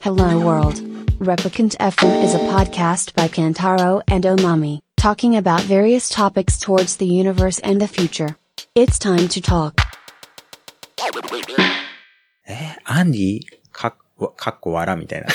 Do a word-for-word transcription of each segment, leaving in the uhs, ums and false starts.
Hello World. Replicant エフエム is a podcast by Kantaro and Omami, talking about various topics towards the universe and the future. It's time to talk. え、アンディかっ、かっこわらみたいな。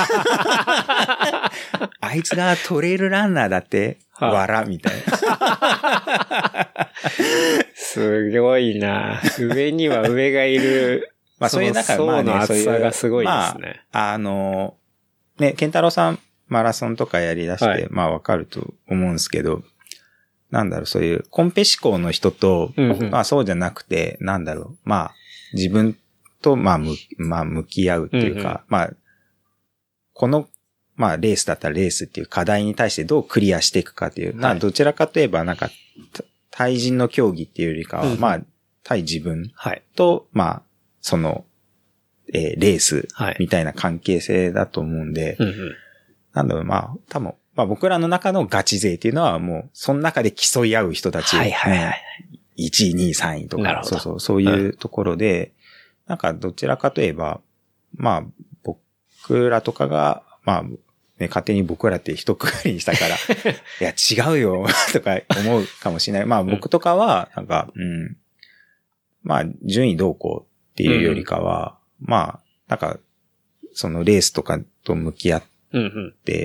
あいつがトレイルランナーだって、わらみたいな。 すごいな。上には上がいる。 まあそういう中、 まあね、層の厚さがすごいですね。 まあ、あの、ね、ケンタロウさんマラソンとかやり出して、はい、まあわかると思うんですけど、なんだろう、そういうコンペ志向の人と、うんうん、まあそうじゃなくて、なんだろう、まあ自分と、まあ、む、まあ向き合うっていうか、うんうん、まあ、この、まあレースだったらレースっていう課題に対してどうクリアしていくかっていう、はい、まあどちらかといえばなんか、対人の競技っていうよりかは、うん、まあ、対自分と、はい、まあ、その、えー、レースみたいな関係性だと思うんで、はいうんうん、なんだろう、まあ、多分、まあ僕らの中のガチ勢っていうのはもう、その中で競い合う人たち、はいはいはい、いちい、にい、さんいとか、そうそう、そういうところで、うん、なんかどちらかといえば、まあ、僕らとかが、まあ、ね、勝手に僕らって一括りにしたから、いや違うよ、とか思うかもしれない。まあ僕とかは、なんか、うん、まあ順位どうこうっていうよりかは、うん、まあ、なんか、そのレースとかと向き合って、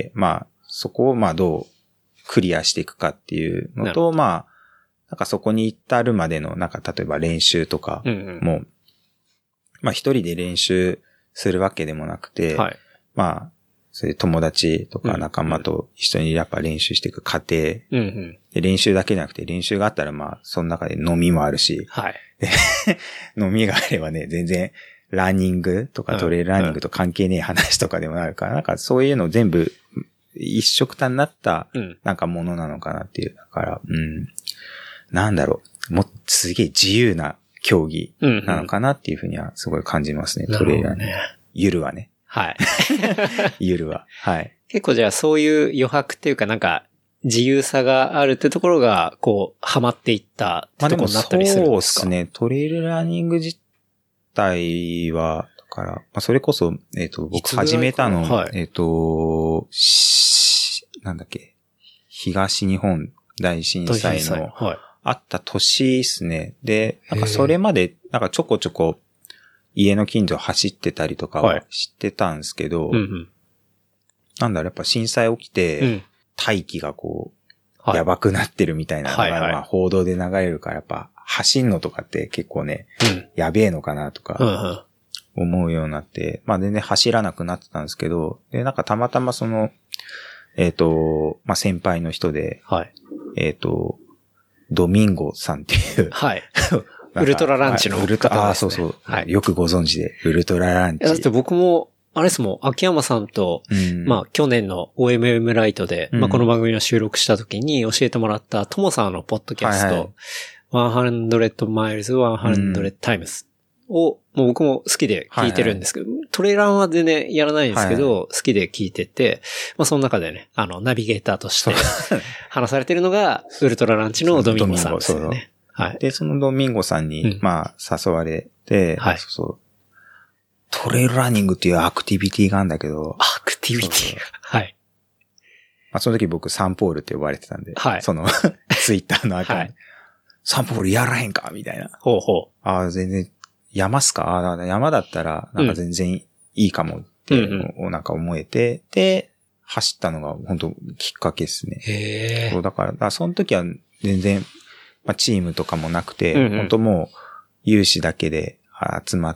うん、まあ、そこをまあどうクリアしていくかっていうのと、まあ、なんかそこに至るまでの、なんか例えば練習とかも、うんうん、まあ一人で練習するわけでもなくて、はい、まあ、そういう友達とか仲間と一緒にやっぱ練習していく過程、うんうん、で練習だけじゃなくて練習があったらまあその中で飲みもあるし、はい、飲みがあればね全然ランニングとかトレイルランニングと関係ねえ話とかでもなるから、うんうん、なんかそういうの全部一緒くたになったなんかものなのかなっていう。だから、うん、なんだろう、もうすげえ自由な競技なのかなっていうふうにはすごい感じますね、うんうん、トレイルランニング。ゆるはね。はい。ゆるは。はい。 結構じゃあそういう余白っていうかなんか自由さがあるってところがこうハマっていったってところになったりするんですか？ そうですね。トレイルランニング自体は、だから、まあ、それこそ、えっと、僕始めたの、はい、えっと、なんだっけ、東日本大震災のあった年ですね。で、なんかそれまで、なんかちょこちょこ、家の近所走ってたりとかは知ってたんですけど、はいうんうん、なんだろう、やっぱ震災起きて、うん、大気がこう、はい、やばくなってるみたいなのが、はいはいまあ、報道で流れるから、やっぱ走んのとかって結構ね、うん、やべえのかなとか、思うようになって、まあ全然走らなくなってたんですけど、で、なんかたまたまその、えっと、まあ先輩の人で、はい、えっと、ドミンゴさんっていう、はい。 ウルトラランチの方ですね。 ああ、そうそう、はい。よくご存知で、ウルトラランチ。 だって僕も、あれですもん、秋山さんと、うん、まあ去年の オーエムエム ライトで、うん、まあこの番組の収録した時に教えてもらったトモさんのポッドキャスト、はいはい、ひゃくマイルズ、ひゃくタイムズを、もう僕も好きで聞いてるんですけど、はいはい、トレーラーは全然やらないんですけど、はいはい、好きで聞いてて、まあその中でね、あの、ナビゲーターとして話されてるのが、ウルトラランチのドミンゴさんですよね。はい。 で、そのドミンゴさんに、うん、まあ、誘われて、はい。そうそう。トレイルランニングっていうアクティビティがあるんだけど。 アクティビティそうそうはい。 まあ、その時僕サンポールって呼ばれてたんで。はい。その、ツイッターのアカウント。はい。サンポールやらへんかみたいな。ほうほう。ああ、全然、山っすかああ、山だったら、なんか全然いいかもっていうのをなんか思えて、うんうん、で、走ったのが本当きっかけですね。へえ。そう、だから、だからその時は全然、まあ、チームとかもなくて、うんうん、本当もう有志だけで集まって、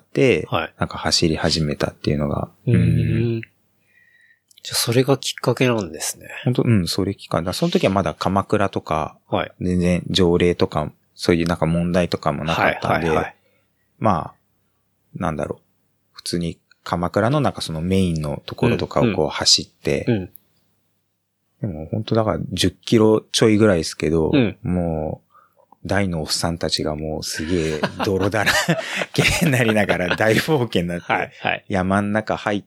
はい、なんか走り始めたっていうのが。うん。 うんじゃあそれがきっかけなんですね。 本当うん、それきっかけだ。その時はまだ鎌倉とか、はい、全然条例とか、そういうなんか問題とかもなかったんで、はいはいはい、まあ、なんだろう。普通に鎌倉のなんかそのメインのところとかをこう走って、うんうんでも本当だからじゅっキロちょいぐらいですけど、うん、もう、大のおっさんたちがもうすげえ泥だらけになりながら大冒険になって、はいはい、山の中入って、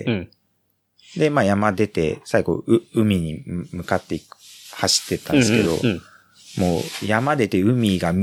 うん、で、まあ山出て、最後う海に向かっていく走ってったんですけど、うんうんうん、もう山出て海が見え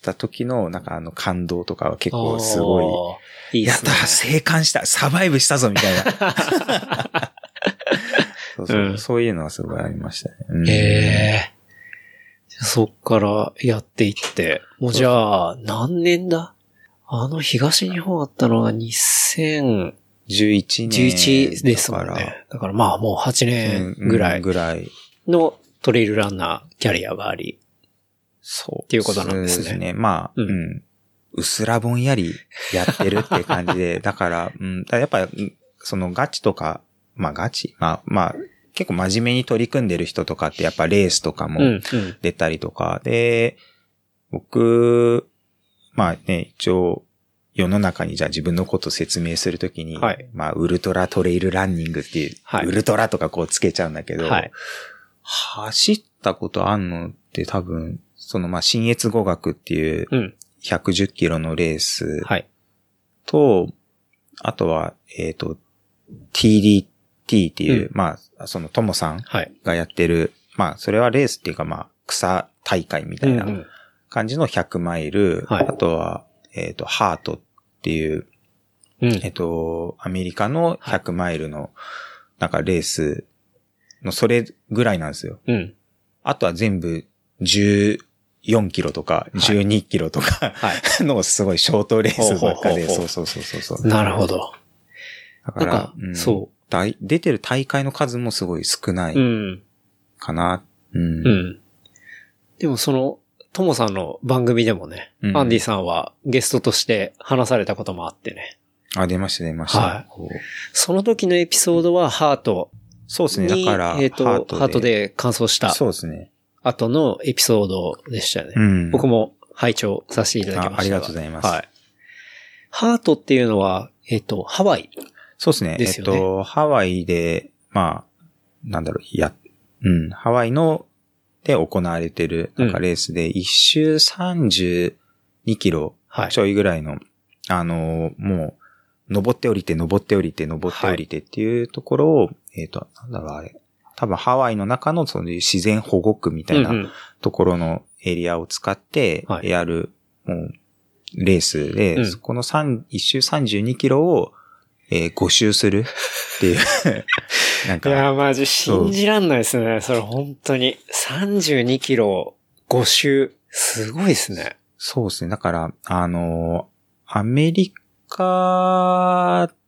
た時の、なんかあの感動とかは結構すごい、 いいっすね、 やった、生還した、サバイブしたぞみたいな。そうそう、うん、そういうのはすごいありましたね。うん、 へー。そっからやっていって、もうじゃあ、何年だ？あの東日本あったのがにせんじゅういちねん。 じゅういちですもんね。だからまあもうはちねんぐらい。 ぐらい。 のトレイルランナーキャリアがあり。 そう。 っていうことなんですね。 そうですね。まあ、うん。うん、うすらぼんやりやってるって感じで、だから、うん、だからやっぱ、そのガチとか、まあガチまあ、まあ、結構真面目に取り組んでる人とかってやっぱレースとかも出たりとか、うんうん、で、僕、まあね、一応、世の中にじゃあ自分のことを説明するときに、はい、まあ、ウルトラトレイルランニングっていう、はい、ウルトラとかこうつけちゃうんだけど、はい、走ったことあんのって多分、そのまあ、信越語学っていうひゃくじゅっキロのレースと、はい、あとは、えっと、ティーディーティー っていう、うん、まあ、そのトモさんがやってる、はい、まあ、それはレースっていうかまあ、草大会みたいな感じのひゃくマイル、はい、あとは、えっと、ハートっていう、うん、えっと、アメリカのひゃくマイルの、なんかレースのそれぐらいなんですよ。うん、あとは全部じゅうよんキロとかじゅうにキロとか、はい、のすごいショートレースばっかで、そうそうそうそう。 なるほど。 だから、うん、そう。出てる大会の数もすごい少ないかな。うん。うんうん、でもその、トモさんの番組でもね、うん、アンディさんはゲストとして話されたこともあってね。 あ、出ました出ました。はい。 その時のエピソードはハートに。 そうですね。だから、 えっと、ハートで、ハートで完走した。 そうですね。 後のエピソードでしたよね。うん、僕も拝聴させていただきました。 あ、ありがとうございます。はい。 ハートっていうのは、えっと、ハワイ。 そうですね。ですよね。えっと、ハワイで、まあ、なんだろう、や、うん、ハワイの、で行われてる、なんかレースで、一周さんじゅうにキロちょいぐらいの、はい、あの、もう、登って降りて、登って降りて、登って降りてっていうところを、はい、えっと、なんだろう、あれ。多分ハワイの中のその自然保護区みたいなところのエリアを使ってやる、もう、レースで、うん、そこの3、一周さんじゅうにキロを、えー、ご周するっていう。なんか。 いや、マジ信じらんないですね。それ本当に。さんじゅうにキロご周。すごいですね。 そうですね。だから、あの、アメリカって、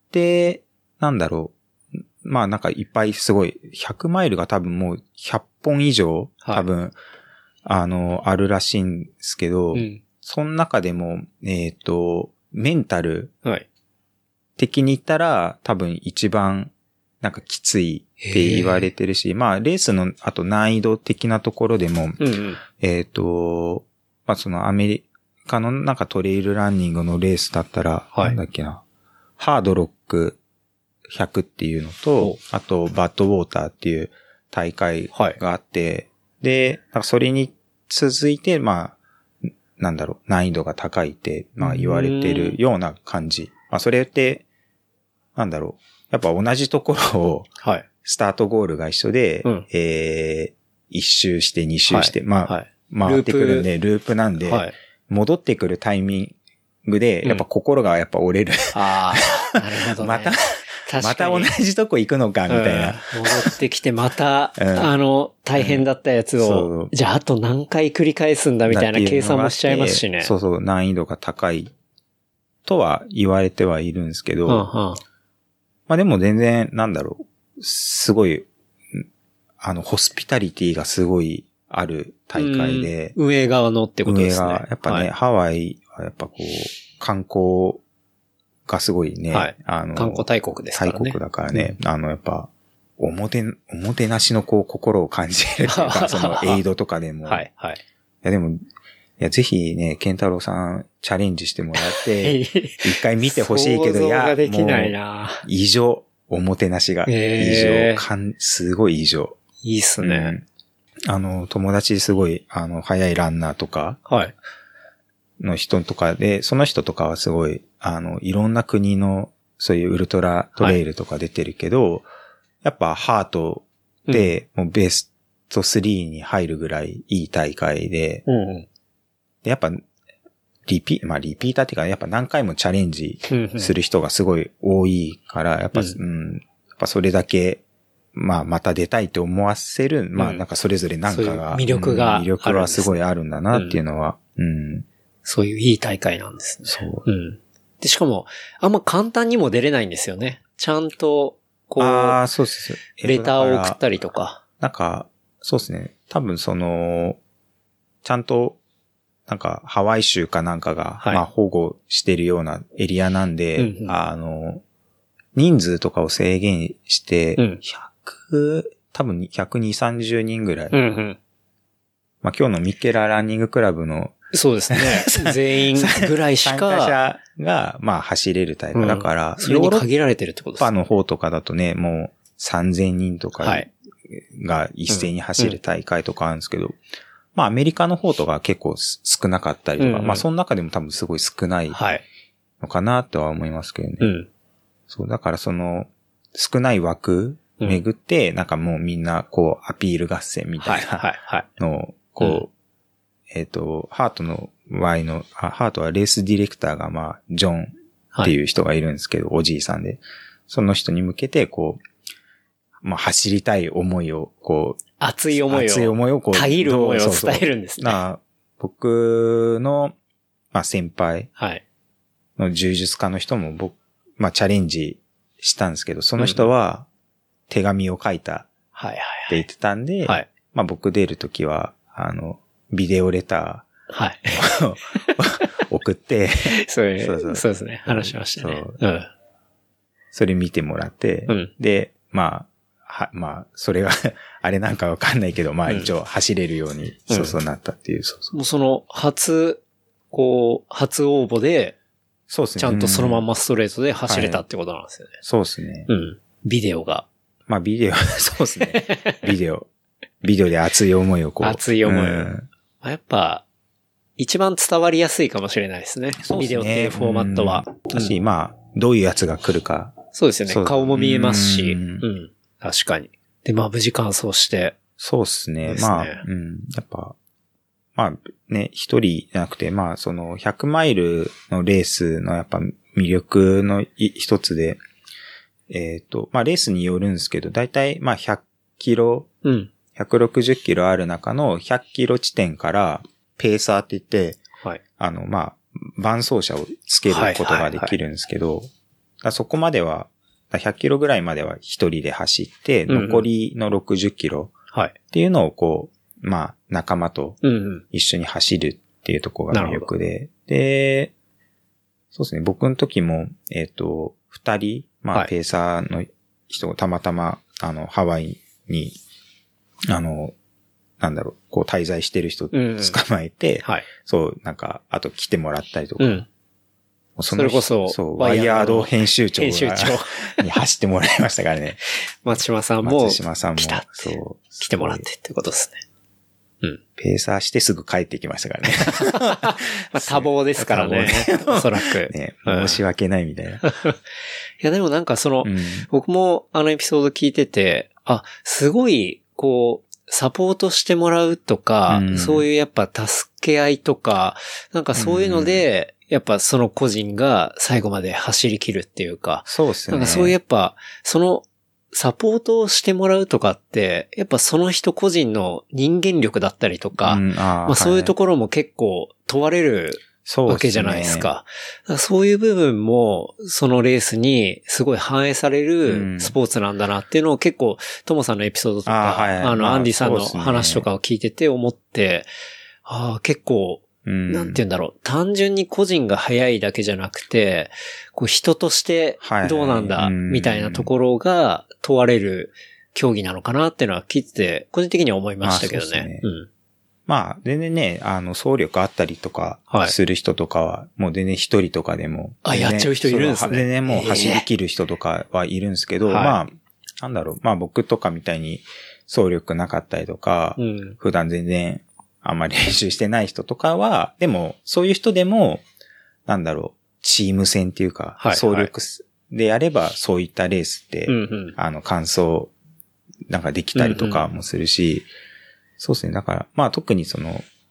なんだろう。まあなんかいっぱいすごい、ひゃくマイルが多分もうひゃっぽん以上、多分、はい、あの、あるらしいんですけど、うん、その中でも、えっと、メンタル、はい的に言ったら多分一番なんかきついって言われてるし、まあレースのあと難易度的なところでも、うんうん、えっと、まあそのアメリカのなんかトレイルランニングのレースだったら、はい、なんだっけな、ハードロックひゃくっていうのと、あとバッドウォーターっていう大会があって、はい、で、なんかそれに続いて、まあ、なんだろう、難易度が高いって、まあ言われてるような感じ。まあそれって、なんだろう。やっぱ同じところを、はい。スタートゴールが一緒で、うん、えー、一周して二周して、はい、まあ、はい、回ってくるんで、ループなんで、はい、戻ってくるタイミングで、やっぱ心がやっぱ折れる。 うん、ああ、なるほど、ね。 また、また同じとこ行くのか、みたいな、 うん。戻ってきて、また、うん、あの、大変だったやつを、うん、じゃああと何回繰り返すんだ、みたいな計算もしちゃいますしね。 そうそう、難易度が高いとは言われてはいるんですけど、うんうんまあでも全然、なんだろう、すごい、あの、ホスピタリティがすごいある大会で。 運営側のってことですね。運営側、 やっぱね、はい、ハワイはやっぱこう、観光がすごいね、はい、 あの、観光大国ですからね。 大国だからね、うん、あの、やっぱ、おもて、おもてなしのこう、心を感じるっていうか、そのエイドとかでも。はい、はい。いやでも、いや、ぜひね、ケンタロウさん、チャレンジしてもらって、一回見てほしいけど、いや、もう、異常、おもてなしが、異常、かん、すごい異常。 いいっすね、 うん。あの、友達すごい、あの、速いランナーとか、はい。の人とかで、その人とかはすごい、あの、いろんな国の、そういうウルトラトレイルとか出てるけど、はい、やっぱハートで、もうベストスリーに入るぐらいいい大会で、うんうん、でやっぱ、 リピ、まあリピーターっていうか、やっぱ何回もチャレンジする人がすごい多いから、やっぱ、うん、うん、やっぱそれだけ、まあまた出たいと思わせる、うん、まあなんかそれぞれなんかが、 そういう魅力が、 うん、魅力はすごいあるんだなっていうのは、うん、うん。 そういういい大会なんですね。 そう。 うん。で、しかも、あんま簡単にも出れないんですよね。ちゃんと、こう、 ああ、そうです。 えー、レターを送ったりとか。 なんか、そうですね。多分その、ちゃんと、なんか、ハワイ州かなんかが、はい、まあ保護してるようなエリアなんで、うんうん、あの、人数とかを制限して、うん、ひゃく、多分ひゃくにじゅう、さんじゅうにんぐらい。うんうん、まあ今日のミッケラランニングクラブの、 そうですね。全員ぐらいしか。 参加者が、まあ走れる大会だから、 うん、それに限られてるってことですね。 ヨーロッパの方とかだとね、もうさんぜんにんとかが一斉に走る大会とかあるんですけど、うんうん、まあアメリカの方とか結構少なかったりとか、うんうん、まあその中でも多分すごい少ないのかなとは思いますけどね。うん、そう、だからその少ない枠巡って、なんかもうみんなこうアピール合戦みたいなのをこう、うん、えっと、ハートの Y の、ハートはレースディレクターがまあ、ジョンっていう人がいるんですけど、はい、おじいさんで、その人に向けてこう、まあ走りたい思いをこう、 熱い思いを、 熱い思いをこう、 たぎる思いを伝えるんですね。 そうそう、僕の、まあ先輩の柔術家の人も僕、まあチャレンジしたんですけど、その人は手紙を書いたって言ってたんで、はい、まあ僕出るときは、あの、ビデオレター。はい。送って、 そういう、そうそう、そうですね。話しましたね。うん。 それ見てもらって、うん、で、まあ、は、まあ、それが、あれなんかわかんないけど、まあ一応走れるように、うん、そうそうなったっていう、そうそう。 もうその、初、こう、初応募で、そうですね。ちゃんとそのまんまストレートで走れたってことなんですよね。はい、 そうですね。 うん。ビデオが。 まあビデオ、そうですね。ビデオ。ビデオで熱い思いをこう。 熱い思いを。うんやっぱ、一番伝わりやすいかもしれないですね。そうですね。ビデオっていうフォーマットは。 だし、うん、まあ、どういうやつが来るか。 そうですよね。顔も見えますし。うん,、うん。確かに。で、まあ、無事完走して。 そうですね。ですねまあ、うん。やっぱ、まあ、ね、一人じゃなくて、まあ、その、ひゃくマイルのレースのやっぱ魅力の一つで、えっと、まあ、レースによるんですけど、だいたい、まあ、ひゃっキロ。うん。ひゃくろくじゅっキロある中のひゃっキロ地点からペーサーって言って、はい、あの、まあ、伴走者をつけることができるんですけど、はいはいはい、そこまでは、ひゃっキロぐらいまでは一人で走って、うんうん、残りのろくじゅっキロっていうのをこう、まあ、仲間と一緒に走るっていうところが魅力で、で、そうですね、僕の時も、えっと、二人、まあ、ペーサーの人がたまたま、あの、ハワイに、あの、なんだろう、こう滞在してる人を捕まえて、うんうんはい、そう、なんか、あと来てもらったりとか。うん、 それこそ、 そう、ワイヤード編集長が、編集長に走ってもらいましたからね。 松島さんも、 松島さんも、 そう、来てもらってってことですね。 うん。ペーサーしてすぐ帰ってきましたからね。 まあ、多忙ですからね。おそらく。 ね、申し訳ないみたいな。いや、でもなんかその、うん、僕もあのエピソード聞いてて、あ、すごい、こう、サポートしてもらうとか、うん、そういうやっぱ助け合いとか、なんかそういうので、うん、やっぱその個人が最後まで走り切るっていうか、 そうですね。 なんかそういうやっぱ、そのサポートをしてもらうとかって、やっぱその人個人の人間力だったりとか、うん、あまあそういうところも結構問われるわけじゃないですか。そうですね。そういう部分も、そのレースにすごい反映されるスポーツなんだなっていうのを結構、トモさんのエピソードとか、あ、はい、あの、まあ、アンディさんの話とかを聞いてて思って、ああ、結構、なんて言うんだろう。単純に個人が速いだけじゃなくて、こう人としてどうなんだ、みたいなところが問われる競技なのかなっていうのは聞いてて、個人的には思いましたけどね。ねうん、 まあ、全然ね、あの、走力あったりとか、する人とかは、はい、もう全然一人とかでも。 あ、やっちゃう人いるんですね。 全然もう走り切る人とかはいるんですけど、えー、まあ、なんだろう、まあ僕とかみたいに走力なかったりとか、うん、普段全然あんまり練習してない人とかは、でも、そういう人でも、なんだろう、チーム戦っていうか、はい、走力でやれば、そういったレースって、うんうん、あの、完走、なんかできたりとかもするし、うんうんそうですね。だから、まあ特にその、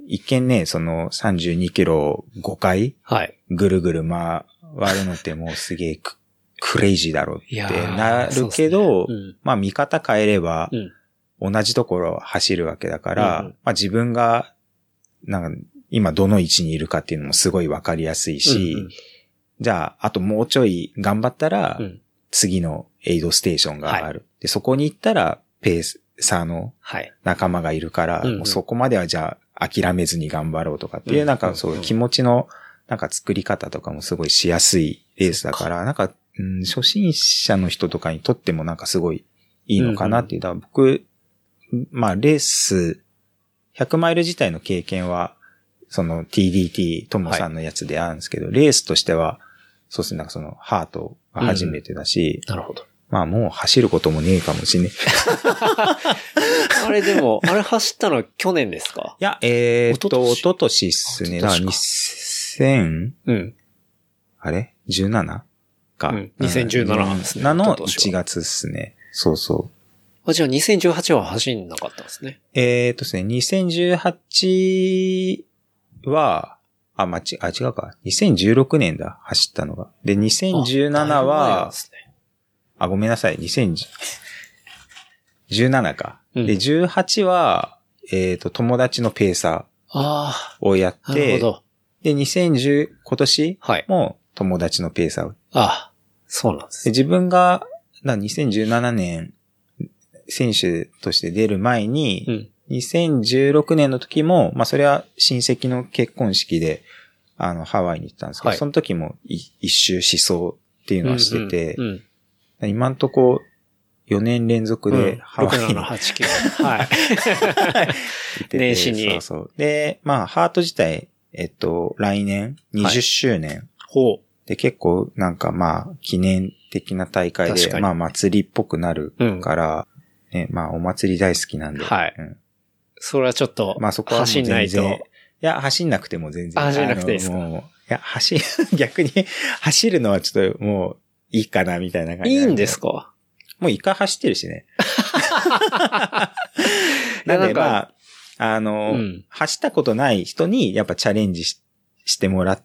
一見ね、そのさんじゅうにキロごかいはい。 ぐるぐる回るのってもうすげえク、クレイジーだろうってなるけど、ねうん、まあ見方変えれば、同じところを走るわけだから、うん、まあ自分が、なんか今どの位置にいるかっていうのもすごいわかりやすいし、うんうん、じゃあ、あともうちょい頑張ったら、次のエイドステーションがある。はい、で、そこに行ったら、ペーサーの仲間がいるから、はい、もうそこまではじゃあ諦めずに頑張ろうとかっていう、なんかそういう気持ちの、なんか作り方とかもすごいしやすいレースだから、なんか、うん、初心者の人とかにとってもなんかすごいいいのかなっていう。だから僕、まあレース、ひゃくマイル自体の経験は、その ティーディーティー ともさんのやつであるんですけど、はい、レースとしては、そうですね、なんかそのハートが初めてだし、 うん、なるほど。 まあもう走ることもねえかもしんねえ。 あれでも、あれ走ったの去年ですか？ いや、えー、っと、一昨年っすね。だからにせん、うん。あれ ?じゅうなな? か。うん。 にせんじゅうななですね。 なのいちがつっすね。そうそう。 あ、じゃあにせんじゅうはちは走んなかったんですね。 えー、っとですね、にせんじゅうはちは、あ、まち、あ、違うか。にせんじゅうろくねんだ、走ったのが。で、にせんじゅうななは、あ、ごめんなさい。にせんじゅうななか。うん、で、じゅうはちは、えっと、友達のペーサーをやって、なるほど。で、にせんじゅう、今年も友達のペーサーを。 ああ、そうなんです。 で自分が、にせんじゅうななねん、選手として出る前に、うん、にせんじゅうろくねんの時も、まあ、それは親戚の結婚式で、あの、ハワイに行ったんですけど、はい、その時も一周思想っていうのはしてて、うんうんうん今んとこよねん連続でハワイに、うん、ろくななはちきゅうはい。 年始に。 そうそう。で、まあ、ハート自体、えっと、来年にじゅっしゅうねん。はい、 ほう。 で、結構なんかまあ、記念的な大会で、まあ、祭りっぽくなるから、うん、ね、まあ、お祭り大好きなんで。 はい。うん、それはちょっと、 まあ、そこはもう全然走んないと。いや、走んなくても全然。 走んなくていいですか？ もう、いや、走、逆に走るのはちょっともう、いいかな、みたいな感じ。 いいんですか？ もう一回走ってるしね。なんでまあ、あの、うん、走ったことない人にやっぱチャレンジ し, してもらって、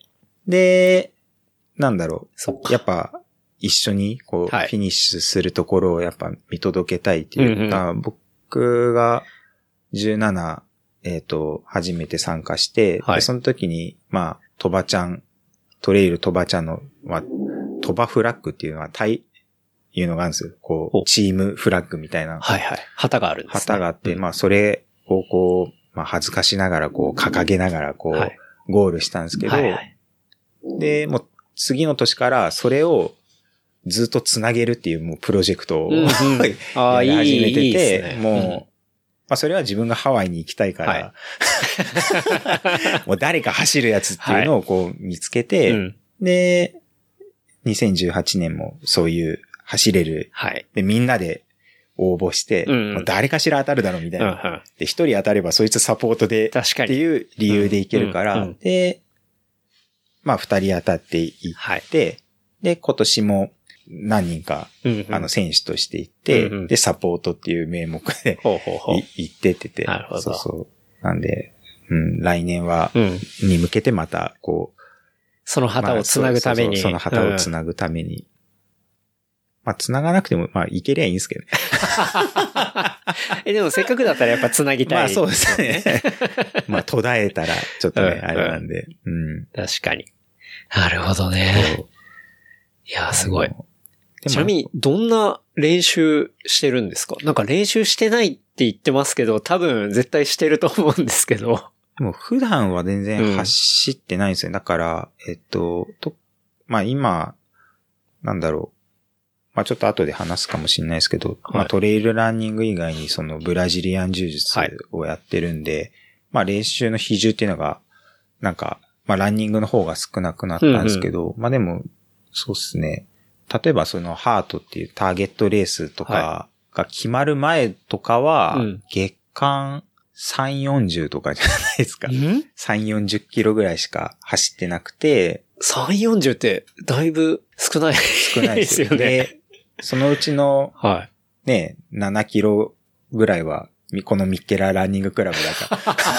で、なんだろう。やっぱ一緒にこう、はい、フィニッシュするところをやっぱ見届けたいっていうか、うんうん、僕がじゅうなな、えっと、初めて参加して、はい、でその時に、まあ、トバちゃん、トレイルトバちゃんの、まあ、トバフラッグっていうのは、タイ、いうのがあるんですよ。こう、チームフラッグみたいな。 はいはい。旗があるんですね。 旗があって、うん、まあそれをこう、まあ恥ずかしながらこう、掲げながらこう、はい、ゴールしたんですけど、はいはい、で、もう次の年からそれをずっとつなげるっていうもうプロジェクトを、うんうん、やり始めてて、いいいいですね、もう、うん、まあそれは自分がハワイに行きたいから、はい、もう誰か走るやつっていうのをこう見つけて、はいうん、で、にせんじゅうはちねんもそういう走れる。はい。で、みんなで応募して、うんうん、誰かしら当たるだろうみたいな。うんうん、で、一人当たればそいつサポートで、確かに。っていう理由でいけるから、うんうんうん、で、まあ二人当たっていって、はい、で、今年も何人か、うんうん、あの選手として行って、うんうん、で、サポートっていう名目でほうほうほう行ってってて。 なるほど。 そうそう。なんで、うん、来年は、うん、に向けてまた、こう、 その旗をつなぐために。まあ、 そうそうそうその旗をつなぐために。うん、まあ、つながなくても、まあ、いけりゃいいんですけどね。 え、でもせっかくだったらやっぱつなぎたい、ね。 まあ、そうですね。まあ、途絶えたら、ちょっとね、うん、あれなんで、うん。 確かに。なるほどね。いや、すごい。ちなみに、どんな練習してるんですか？なんか練習してないって言ってますけど、多分絶対してると思うんですけど。 でも普段は全然走ってないんですよ。うん、だから、えっと、と、まあ今、なんだろう。まあちょっと後で話すかもしれないですけど、はい、まあトレイルランニング以外にそのブラジリアン柔術をやってるんで、はい、まあ練習の比重っていうのが、なんか、まあランニングの方が少なくなったんですけど、うんうん、まあでも、そうですね。例えばそのハートっていうターゲットレースとかが決まる前とかは、月間さんびゃくよんじゅうとかじゃないですか。ん さんびゃくよんじゅっキロぐらいしか走ってなくて。 さんびゃくよんじゅうってだいぶ少ない少ないですよね。で、そのうちの、はい、ね、ななキロぐらいは、このミッケラランニングクラブだか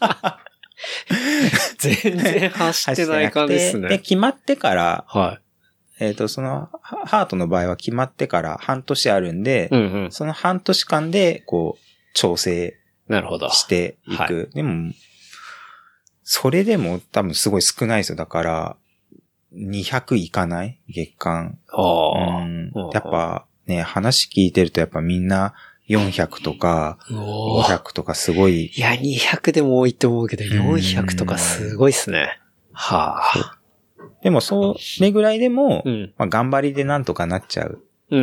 全然走ってない感じですね。 で、決まってから、 はい。 えっと、その、ハートの場合は決まってから半年あるんで、 うんうん、 その半年間で、こう、調整していく。 はい、 でも、それでも多分すごい少ないですよ。だから、にひゃくいかない月間。 あうん。やっぱね、話聞いてるとやっぱみんなよんひゃくとかごひゃくとかすごい。 いや、にひゃくでも多いと思うけど、よんひゃくとかすごいっすね。はあ。 でもそれぐらいでも、 うん、 まあ、頑張りでなんとかなっちゃう。 うん、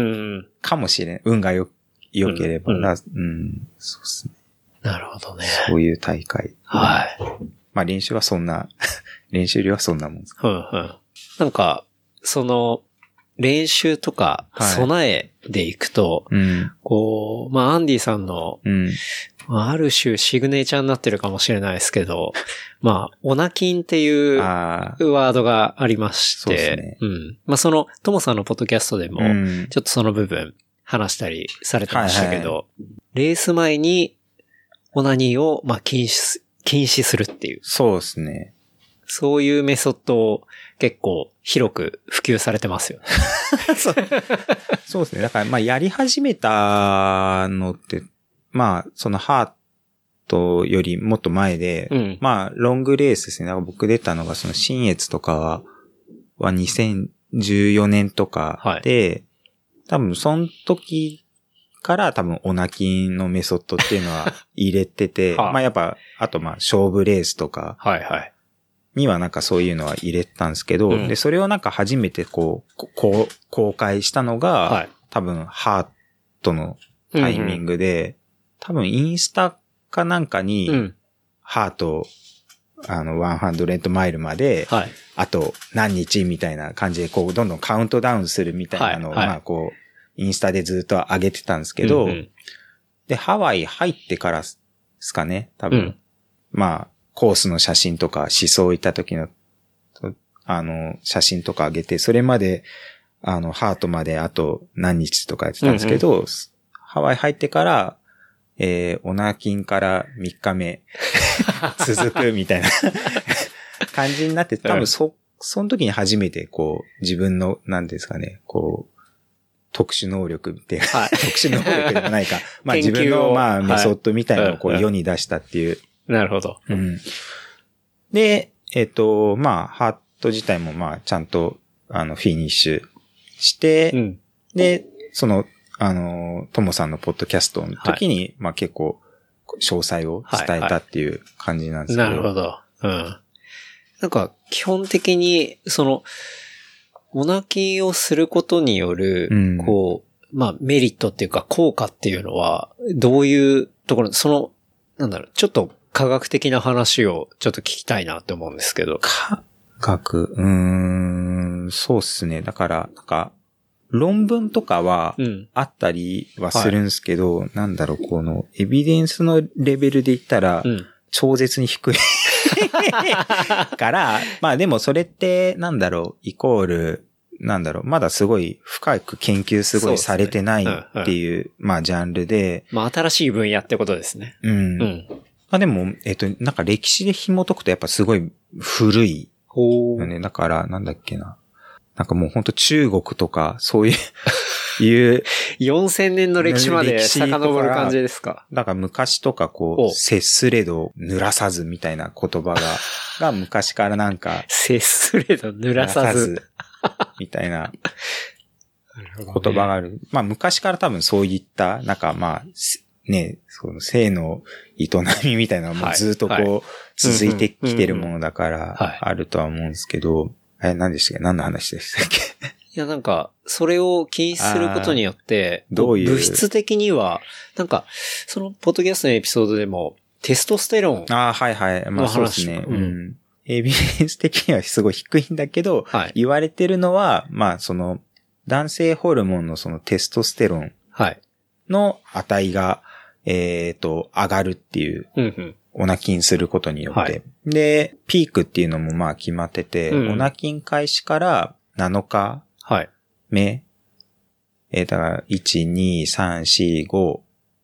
かもしれん。運がよ、良ければ。うん、うん、そうですね。 なるほどね。 そういう大会。 はい。 まあ練習はそんな、練習量はそんなもんです。 うんうん。なんか、その、練習とか、備えでいくと、 はい、うん、 こう、まあ、アンディさんの、 うん、 ある種シグネチャーになってるかもしれないですけど、まあ、オナキンっていうワードがありまして、そうですね、うん。まあ、その、トモさんのポッドキャストでも、ちょっとその部分話したりされてましたけど、はいはい、レース前にオナニーを、まあ、禁止、禁止するっていう。 そうですね。 そういうメソッドを結構広く普及されてますよね。 そう。そうですね。だから、まあ、やり始めたのって、まあ、そのハートよりもっと前で、うん、まあ、ロングレースですね。だから僕出たのが、その新越とかは、はにせんじゅうよねんとかで、はい、多分その時から多分オナキンのメソッドっていうのは入れてて、はあ、まあやっぱ、あとまあ勝負レースとか、はいはい。にはなんかそういうのは入れたんですけど、うん、で、それをなんか初めてこう、こう、公開したのが、はい、多分ハートのタイミングで、うんうん、多分インスタかなんかに、うん、ハート、あの、ひゃくマイルまで、はい、あと何日みたいな感じで、こう、どんどんカウントダウンするみたいなのを、はいはい、まあこう、インスタでずっと上げてたんですけど、うんうん、で、ハワイ入ってからですかね、多分。うん、まあ、コースの写真とか、思想行った時の、あの、写真とか上げて、それまで、あの、ハートまであと何日とかやってたんですけど、うんうん、ハワイ入ってから、えー、オナキンからみっかめ続くみたいな感じになって、多分そ、その時に初めてこう、自分の、なんですかね、こう、特殊能力って、はい、特殊能力でもないか。まあ自分のまあメソッドみたいなのをこう世に出したっていう。 なるほど。 うん。で、えっと、まあハート自体もまあちゃんとあのフィニッシュして、うん、で、その、あの、トモさんのポッドキャストの時に、はい、まあ結構詳細を伝えたっていう感じなんですけど。 はいはい、なるほど。うん。なんか基本的に、その、オナキンをすることによる、うん、こう、まあメリットっていうか効果っていうのは、どういうところ、その、なんだろう、ちょっと科学的な話をちょっと聞きたいなって思うんですけど。 科学、うーん、そうっすね。だから、なんか、論文とかはあったりはするんですけど、うんはい、なんだろう、このエビデンスのレベルで言ったら、うん、超絶に低いから、まあでもそれってなんだろう、イコール、なんだろう、まだすごい深く研究すごいされてないっていう、う、ねうんうん、まあジャンルで。 まあ新しい分野ってことですね。 うん。うん、まあでも、えっと、なんか歴史で紐解くとやっぱすごい古いよね。だから、なんだっけな。なんかもうほんと中国とか、そういう、いう。 よんせんねんの歴史まで遡る感じですか。 だから昔とかこう、接すれど濡らさずみたいな言葉が、が昔からなんか。 接すれど濡らさず。 みたいな言葉がある。ね、まあ昔から多分そういった、なんかまあ、ね、その性の営みみたいなのもずっとこう、はいはい、続いてきてるものだから、あるとは思うんですけど、え、何でしたっけ？何の話でしたっけ？ いや、なんか、それを禁止することによって、どういう物質的には、なんか、その、ポッドキャストのエピソードでも、テストステロン。 ああ、はいはい。まあそうですね。うん。エビデンス的にはすごい低いんだけど、はい、言われてるのは、まあその、男性ホルモンのそのテストステロンの値が、えっと、上がるっていう。うんうんオナキンすることによって。はい、で、ピークっていうのもまあ決まってて、うん、オナキン開始からなのかめ、はい、えー、だから、いち、に、さん、よん、ご、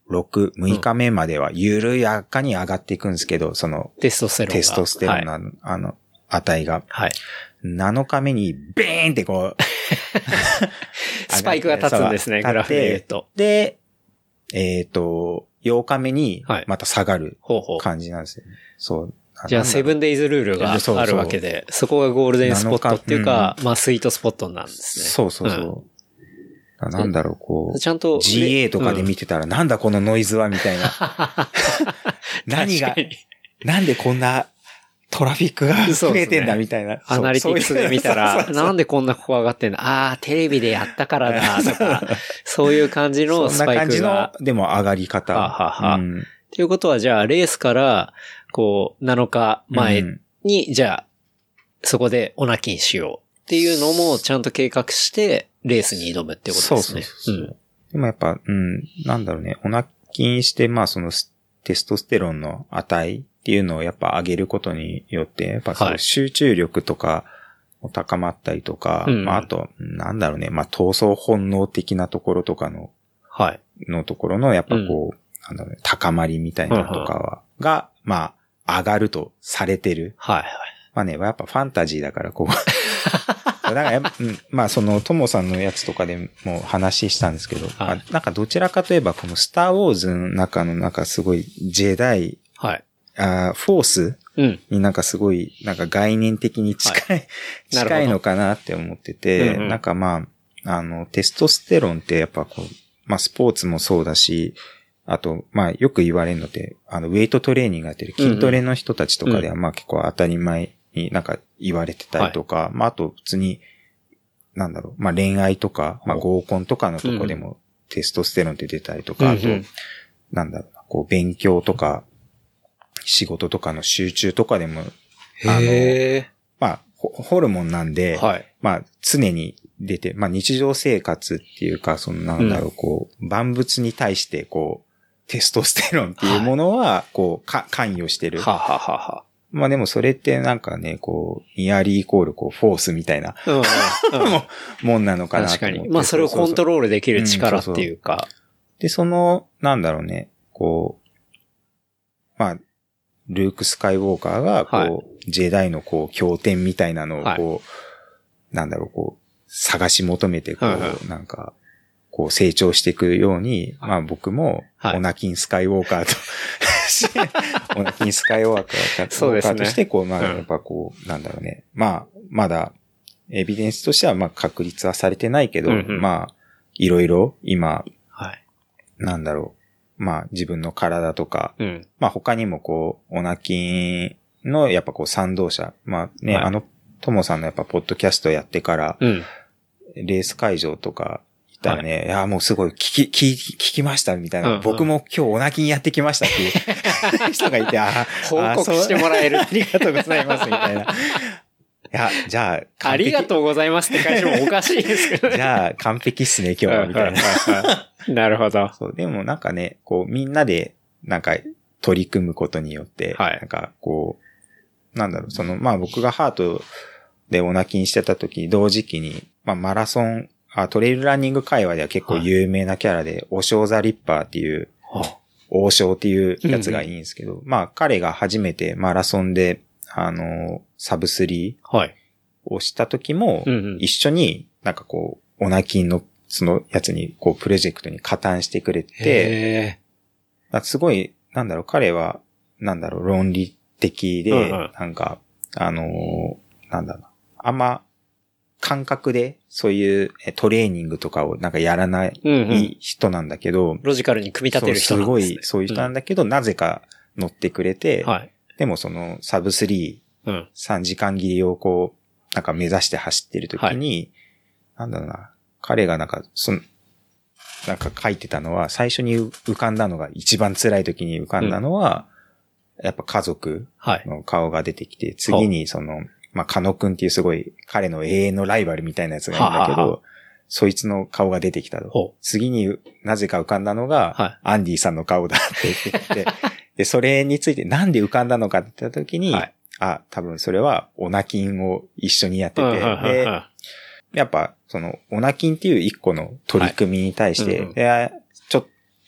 ろく、むいかめまでは緩やかに上がっていくんですけど、その、 テストステロンが。 テストステロンの、はい、あの、値が。 はい。 なのかめに、ベーンってこう、 スパイクが立つんですね、グラフで言うと。 で、えっ、ー、と、ようかめに、また下がる感じなんですよ、ね。はい、ほうほう。そう。 じゃあ、セブンデイズルールがあるわけで、そこがゴールデンスポットっていうか、うん、まあ、スイートスポットなんですね。 そうそうそう。うん、なんだろう、こう。 ちゃんと。 ジーエー とかで見てたら、うん、なんだこのノイズはみたいな。何が、なんでこんなトラフィックが増えてんだみたいな。ね、 アナリティクスで見たら、そうそうそうなんでこんなここ上がってんだああ、テレビでやったからだ、とか、そういう感じのスパイクが。そんな感じの、 でも上がり方。 ははは。うん、っていうことは、じゃあ、レースから、こう、なのかまえに、うん、じゃあ、そこでオナキンしようっていうのもちゃんと計画して、レースに挑むってことですね。 そうそうそう。うん、でもやっぱ、うん、なんだろうね、オナキンして、まあそのテストステロンの値っていうのをやっぱ上げることによって、やっぱその集中力とかも高まったりとか、はい、まああと、なんだろうね、まあ闘争本能的なところとかの、 はい。 のところのやっぱこう、うん、なんだろうね、高まりみたいなとかは、うん、が、まあ、上がるとされてる。 はいはい。 まあね、やっぱファンタジーだからこう。だからやっぱ、うん、まあそのトモさんのやつとかでも話したんですけど、はいまあ、なんかどちらかといえばこのスターウォーズの中のなんかすごいジェダイ、 はい、 あフォースになんかすごいなんか概念的に近い、はい、近いのかなって思ってて、うんうん、なんかまあ、あのテストステロンってやっぱこう、まあスポーツもそうだし、あと、まあ、よく言われるので、あの、ウェイトトレーニングやってる筋トレの人たちとかでは、まあ結構当たり前になんか言われてたりとか、まああと普通に、なんだろう、まあ恋愛とか、まあ合コンとかのとこでもテストステロンって出たりとか、あと、なんだろうな、こう勉強とか、仕事とかの集中とかでも、あの、まあ、ホルモンなんで、まあ常に出て、まあ日常生活っていうか、そのなんだろう、こう、万物に対してこう、テストステロンっていうものは、こう、か、関与してる。 はははは。 まあでもそれってなんかね、こう、ニアリーイコール、こう、フォースみたいな、うんうん、もんなのかなと思って。 確かに。まあそれをコントロールできる力っていうか。うん、そうそうで、その、なんだろうね、こう、まあ、ルーク・スカイウォーカーが、こう、はい、ジェダイのこう、経典みたいなのを、こう、はい、なんだろう、こう、探し求めて、こう、はいはい、なんか、こう成長していくように、まあ僕も、オナキンスカイウォーカーと、オナキンスカイウォーカー、ウォーカーとして、こう、まあやっぱこう、なんだろうね。まあ、まだ、エビデンスとしては、まあ確立はされてないけど、うんうん、まあ、いろいろ今、 はい、 なんだろう。まあ自分の体とか、 うん、 まあ他にもこう、オナキンのやっぱこう賛同者、まあね、はい、あの、トモさんのやっぱポッドキャストやってから、 うん、 レース会場とか、だね、はい、いや、もうすごい聞き、聞き、聞きましたみたいな、うんうん。僕も今日オナキンやってきましたっていう人がいて、あ報告してもらえる。 ありがとうございますみたいな。いや、じゃあ、 ありがとうございますって会社もおかしいですけどね。 じゃあ、完璧っすね、今日は、みたいな。 なるほど。 そう、でもなんかね、こう、みんなで、なんか、取り組むことによって、 はい、 なんか、こう、なんだろう、その、まあ僕がハートでオナキンしてた時、同時期に、まあマラソン、あトレイルランニング界隈では結構有名なキャラで、はい、オショーザ・リッパーっていう、王将っていうやつがいいんですけど、うんうん、まあ彼が初めてマラソンで、あの、サブスリーをした時も、一緒になんかこう、オナキンのそのやつに、こう、プロジェクトに加担してくれて、すごい、なんだろう、彼は、なんだろう、論理的で、うんうん、なんか、あのー、なんだろう、あんま、感覚で、そういうトレーニングとかをなんかやらない人なんだけど、うんうん、 ロジカルに組み立てる人なんですね。 すごい、そういう人なんだけど、うん、なぜか乗ってくれて、 はい、 でもその、サブスリー、 うん、 さんじかん切りをこう、なんか目指して走ってる時に、はい、なんだろうな、彼がなんか、その、なんか書いてたのは、最初に浮かんだのが、一番辛い時に浮かんだのは、うん、やっぱ家族の顔が出てきて、はい、次にその、まあ、カノ君っていうすごい彼の永遠のライバルみたいなやつがいるんだけど、はははそいつの顔が出てきたと。次になぜか浮かんだのが、はい、アンディさんの顔だって言ってて、で、それについてなんで浮かんだのかって言った時に、はい、あ、多分それはオナキンを一緒にやってて、で、やっぱそのオナキンっていう一個の取り組みに対して、はいうんうん、ちょ、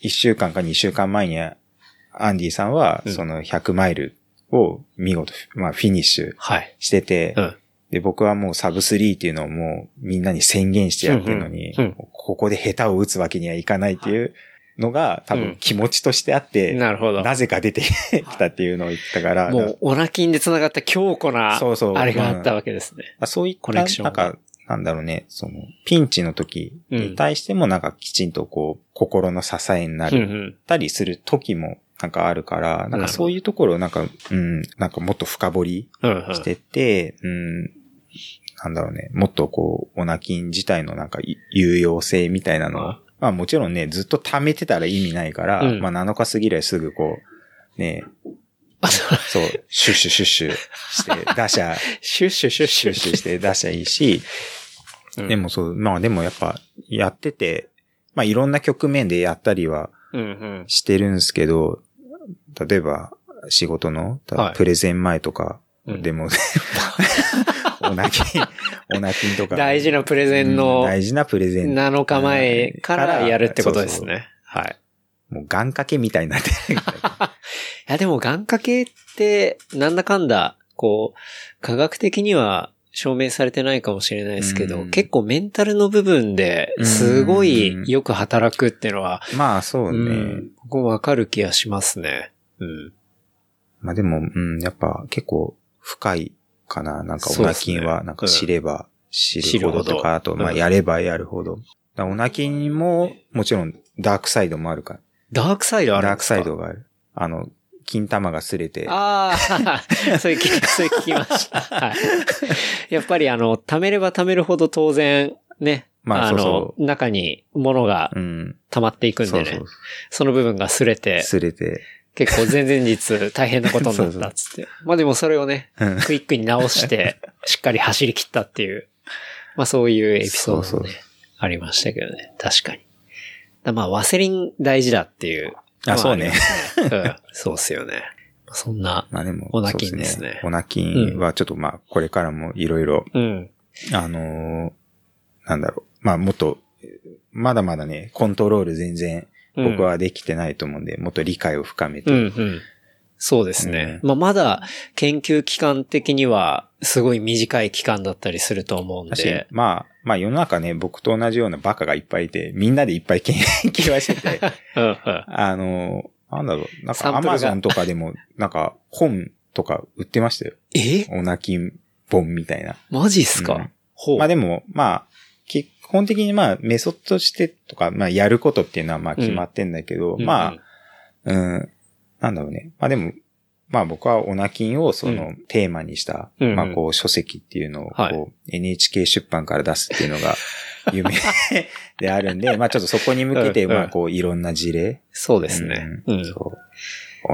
いっしゅうかんかにしゅうかんまえにアンディさんは、そのひゃくマイルを見事、まあフィニッシュしてて、はいうん、で、僕はもうサブスリーっていうのをもうみんなに宣言してやってるのに、うんうん、ここで下手を打つわけにはいかないっていうのが多分気持ちとしてあって、うん、なるほど。なぜか出てきたっていうのを言ったから。 もうオナキンで繋がった強固な、そうそう。あれがあったわけですね。 うん、そういったコネクション。なんか、なんだろうね、その、ピンチの時に対してもなんかきちんとこう、心の支えになるたりする時もなんかあるから、なんかそういうところをなんか、うん、なんかもっと深掘りしてて、うん、なんだろうね、もっとこう、オナキン自体のなんか有用性みたいなのを、まあもちろんね、ずっと溜めてたら意味ないから、うん、まあなのか過ぎればすぐこう、ね、そう、シュッシュシュッシュして打者、 シュッシュシュッシュして打者いいし、うん、でもそう、まあでもやっぱやってて、まあいろんな局面でやったりはしてるんですけど、うんうん、例えば仕事のプレゼン前とかでも、はい、オナキン、オナキンとか。 大事なプレゼンの、 うん、大事なプレゼン。 なのかまえからやるってことですね。そうそうはい。 もう願掛けみたいになってる。いやでも願掛けってなんだかんだ、こう、科学的には証明されてないかもしれないですけど、結構メンタルの部分ですごいよく働くっていうのは、 まあそうね。うん、 僕わかる気がしますね。うん。 まあでも、うん、やっぱ結構深いかな。なんかオナキンはなんか知れば知るほどとか、あとまあやればやるほど。オナキンももちろんダークサイドもあるから。 ダークサイドあるんですか？ ダークサイドがある。あの、金玉が擦れて。 ああ、それ聞き、それ聞きました。はい。やっぱりあの、貯めれば貯めるほど当然、ね。まあ、あの、そうそう中に物が溜まっていくんでね。うん、そうそうその部分が擦れて。 擦れて。 結構前々日大変なことになったっつって。そうそうまあでもそれをね、うん、クイックに直して、しっかり走り切ったっていう、まあそういうエピソードもね、そうそうありましたけどね。確かに。だまあワセリン大事だっていう、 あ、そうね。 うん、そうっすよね。そんな、まあでも、オナキンですね。 オナキンはちょっとまあ、これからもいろいろ、あのー、なんだろう。まあもっと、まだまだね、コントロール全然僕はできてないと思うんで、うん、もっと理解を深めて。うんうん、 そうですね。うん、まあまだ研究期間的にはすごい短い期間だったりすると思うんで。 まあ、まあ世の中ね、僕と同じようなバカがいっぱいいて、みんなでいっぱい研究はしてて、うんうん、あの、なんだろう、なんかアマゾンとかでも、なんか本とか売ってましたよ。 えオナキン本みたいな。 マジっすか、うん、 ほう。まあでも、まあ、基本的にまあメソッドとしてとか、まあやることっていうのはまあ決まってんだけど、うん、まあ、うん、なんだろうね。まあでも、まあ僕はオナキンをそのテーマにした、うん、まあこう書籍っていうのをこう、はい、エヌエイチケー 出版から出すっていうのが夢であるんで、まあちょっとそこに向けてまあこういろんな事例。 そうですね。うん。そう。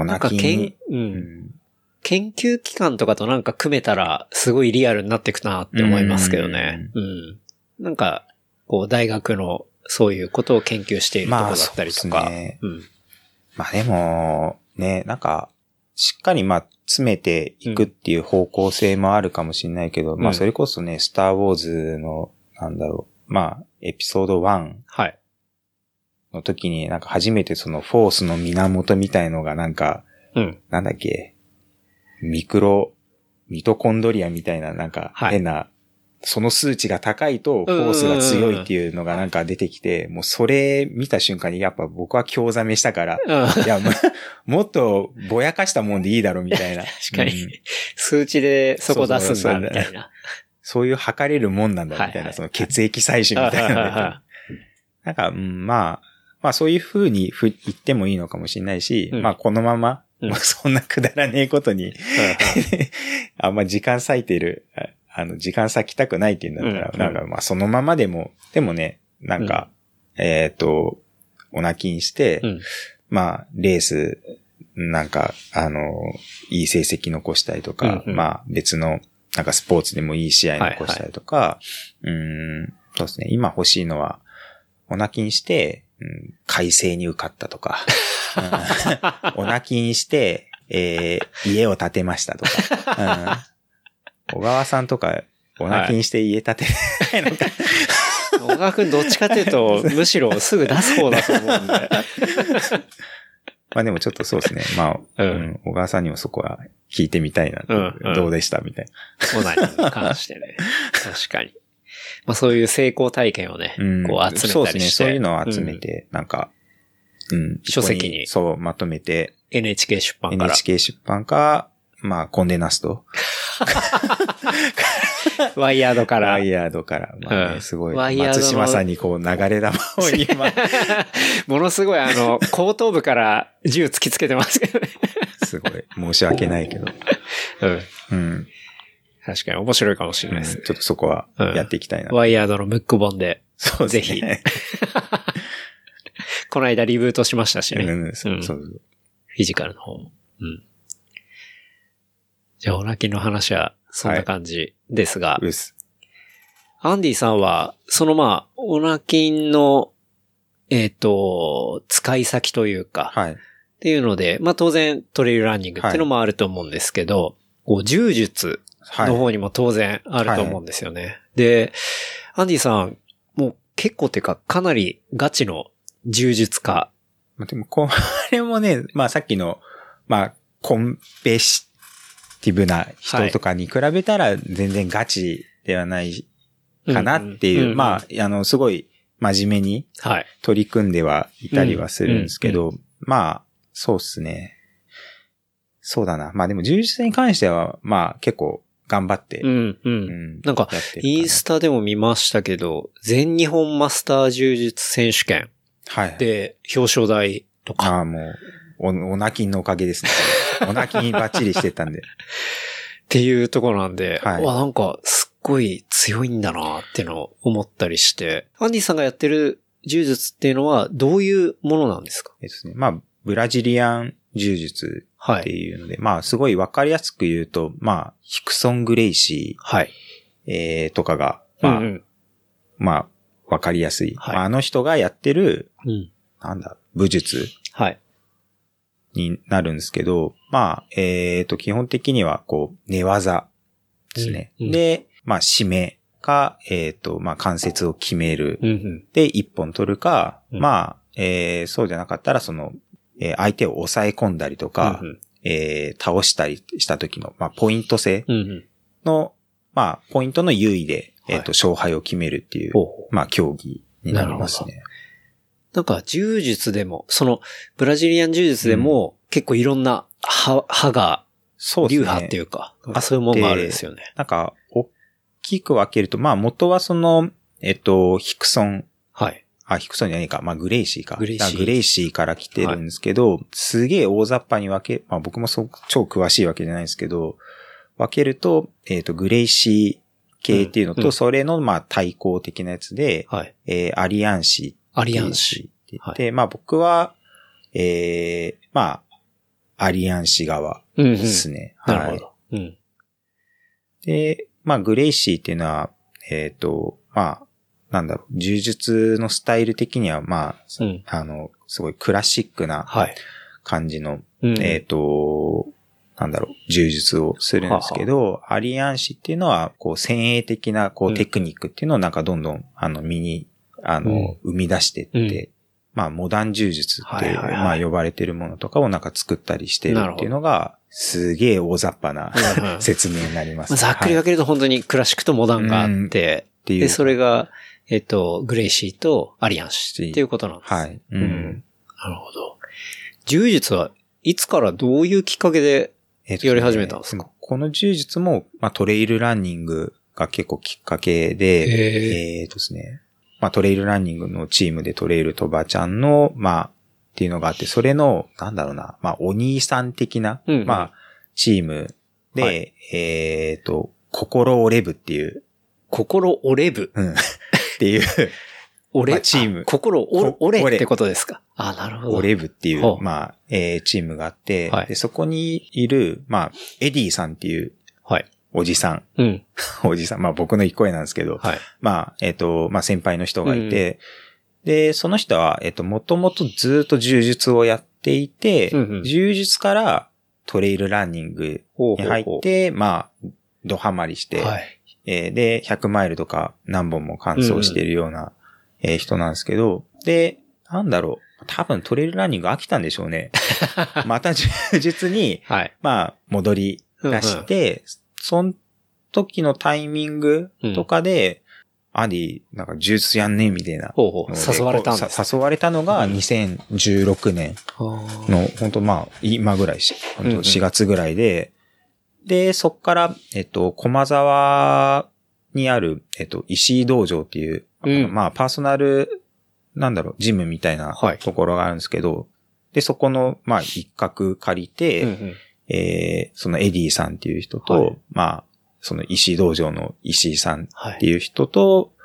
オナキン。 うん。研究機関とかとなんか組めたらすごいリアルになっていくなって思いますけどね。うん。うん、なんか、こう大学のそういうことを研究しているところだったりとか。まあそうですね。うん。 まあでも、ね、なんか、しっかりまあ詰めていくっていう方向性もあるかもしれないけど、うん、まあそれこそね、スターウォーズの、なんだろう、まあエピソードワンの時になんか初めてそのフォースの源みたいのがなんか、うん、なんだっけ、ミクロ、ミトコンドリアみたいななんか変な、はい、その数値が高いとフォースが強いっていうのがなんか出てきて、もうそれ見た瞬間にやっぱ僕は興ざめしたから、いやも、もっとぼやかしたもんでいいだろみたいな。 確かに、うん。数値でそこ出すんだみたいな。 そういう測れるもんなんだみたいな、はいはい、その血液採取みたいな。なんか、うん、まあ、まあそういう風に言ってもいいのかもしれないし、うん、まあこのまま、うん、まあそんなくだらねえことにあんま時間割いてる。あの、時間割きたくないっていうんだったら、うん、なんか、まあ、そのままでも、でもね、なんか、うん、えっと、オナキンして、うん、まあ、レース、なんか、あの、いい成績残したりとか、うんうん、まあ、別の、なんかスポーツでもいい試合残したりとか、はいはい、うーん、そうですね、今欲しいのは、オナキンして、うん、改正に受かったとか、うん、オナキンして、えー、家を建てましたとか、うん小川さんとか、オナキンして家建てないのか、は小川くんどっちかっていうと、むしろすぐ出す方だと思うんで。 まあでもちょっとそうですね。まあ、うん、小川さんにもそこは聞いてみたいな、うんうん。どうでしたみたいな。 オナニーに関してね。確かに。まあそういう成功体験をね、うん、こう集めたりして。 そうですね。そういうのを集めて、うん、なんか、うん。 書籍に。 そう、まとめて。 エヌエイチケー 出版から。 エヌエイチケー 出版か、まあ、コンデナスト。 ワイヤードから。 ワイヤードから。まあね、うん、すごい。松島さんにこう流れ玉を今。 ものすごいあの、後頭部から銃突きつけてますけどね。 すごい。申し訳ないけど。 うん。うん。確かに面白いかもしれないですね。 うん、ちょっとそこはやっていきたいな、 うん。ワイヤードのムック本で。 そうですね。ぜひ。 この間リブートしましたしね。 うん、そうそう。 フィジカルの方も。うん。じゃあ、オナキンの話はそんな感じですが。 はい、 アンディさんは、そのまあ、オナキンの、えっと、使い先というか、 はい。 っていうので、まあ当然トレイルランニングっていうのもあると思うんですけど、はい、こう、柔術の方にも当然あると思うんですよね。はい、で、アンディさん、もう結構っていうか、かなりガチの柔術家。 まあでも、これもね、まあさっきの、まあ、コンペシティブな人とかに比べたら全然ガチではないかなっていう、うんうん、まあ、あの、すごい真面目に取り組んではいたりはするんですけど、まあ、そうっすね。そうだな。まあでも柔術に関しては、まあ結構頑張って。 うん、うん。うん、なんか、インスタでも見ましたけど、全日本マスター柔術選手権で表彰台とか。 ああ、もう、お、おなきんのおかげですね。おなきにバッチリしてたんで。 っていうところなんで、はい、わ、なんかすっごい強いんだなっていうのを思ったりして、アンディさんがやってる柔術っていうのはどういうものなんですか？ えっとですね、まあ、ブラジリアン柔術っていうので、はい、まあ、すごいわかりやすく言うと、まあ、ヒクソン・グレイシー、はい、えー、とかが、まあ、うんうん、まあ、わかりやすい。はい、まあ、あの人がやってる、うん、なんだ、武術。はい。になるんですけど、まあ、えっと、基本的には、こう、寝技ですね。うんうん、で、まあ、締めか、えっと、まあ、関節を決める。うんうん、で、一本取るか、うん、まあ、えー、そうじゃなかったら、その、えー、相手を抑え込んだりとか、うんうん、えー、倒したりした時の、まあ、ポイント制の、うんうん、まあ、ポイントの優位で、えっと、勝敗を決めるっていう、はい、まあ、競技になりますね。 なんか、柔術でも、その、ブラジリアン柔術でも、うん、結構いろんな歯、歯が、そうですね。流派っていうか、あ、そういうものがあるんですよね。 なんか、大きく分けると、まあ、元はその、えっと、ヒクソン。はい。あ、ヒクソンじゃないか。まあ、グレイシーか。グレイシー。グレイシーから来てるんですけど、はい、すげえ大雑把に分け、まあ、僕もそう超詳しいわけじゃないですけど、分けると、えっと、グレイシー系っていうのと、うんうん、それの、まあ、対抗的なやつで、はい。えー、アリアンシー。 アリアンシーって言って、はい、まあ僕は、えー、まあ、アリアンシ側ですね。 うんうん、はい。なるほど。うん。 で、まあグレイシーっていうのは、えっと、まあ、なんだろう、柔術のスタイル的には、まあ、うん、あの、すごいクラシックな感じの、はいうん、えっと、なんだろう、柔術をするんですけど、ははアリアンシっていうのは、こう、先鋭的な、こう、テクニックっていうのをなんかどんどん、あの、身に、あの、うん、生み出してって、うん、まあ、モダン柔術って、はいはいはい、まあ、呼ばれてるものとかをなんか作ったりしてるっていうのが、すげえ大雑把な説明になります、ね。 ざっくり分けると本当にクラシックとモダンがあって、うん、で、それが、えっと、グレイシーとアリアンシーっていうことなんです。 はい。 うん。うん、なるほど。柔術はいつからどういうきっかけでやり始めたんですか？ えっとね、この柔術も、まあ、トレイルランニングが結構きっかけで、えー、っとですね、まあトレイルランニングのチームでトレイルとばちゃんの、まあ、っていうのがあって、それの、なんだろうな、まあお兄さん的な、うんうん、まあ、チームで、はい、えっと、心折れ部っていう。 心折れ部うん。っていう、 折れ、 まあ、チーム。 心折れってことですか？あ、なるほど。 折れ部っていう、まあ、えー、チームがあって、はい、で、そこにいる、まあ、エディさんっていう、はい。おじさん。うん。おじさん。まあ僕の一個上なんですけど。はい。まあ、えっと、まあ先輩の人がいて、うん、で、その人は、えっと、もともとずっと柔術をやっていて、うんうん、柔術からトレイルランニングに入って、ほうほうほうまあ、ドハマりして、はい、 えー、で、ひゃくマイルとか何本も完走しているような、うんえー、人なんですけど、で、なんだろう、多分トレイルランニング飽きたんでしょうね。また充実に、はい、まあ、戻り出して、うんうん、その時のタイミングとかで、うん、アディ、なんか柔術やんねみたいな。 ほうほう誘われたんです。 誘われたのがにせんじゅうろくねんの、本当まあ、今ぐらいし、本当しがつぐらいで、うんうん、で、そっから、えっと、駒沢にある、えっと、石井道場っていう、うん、まあ、パーソナル、なんだろう、ジムみたいなところがあるんですけど、はい、で、そこの、まあ、一角借りて、うんうんえー、そのエディさんっていう人と、はい、まあ、その石井道場の石井さんっていう人と、はい、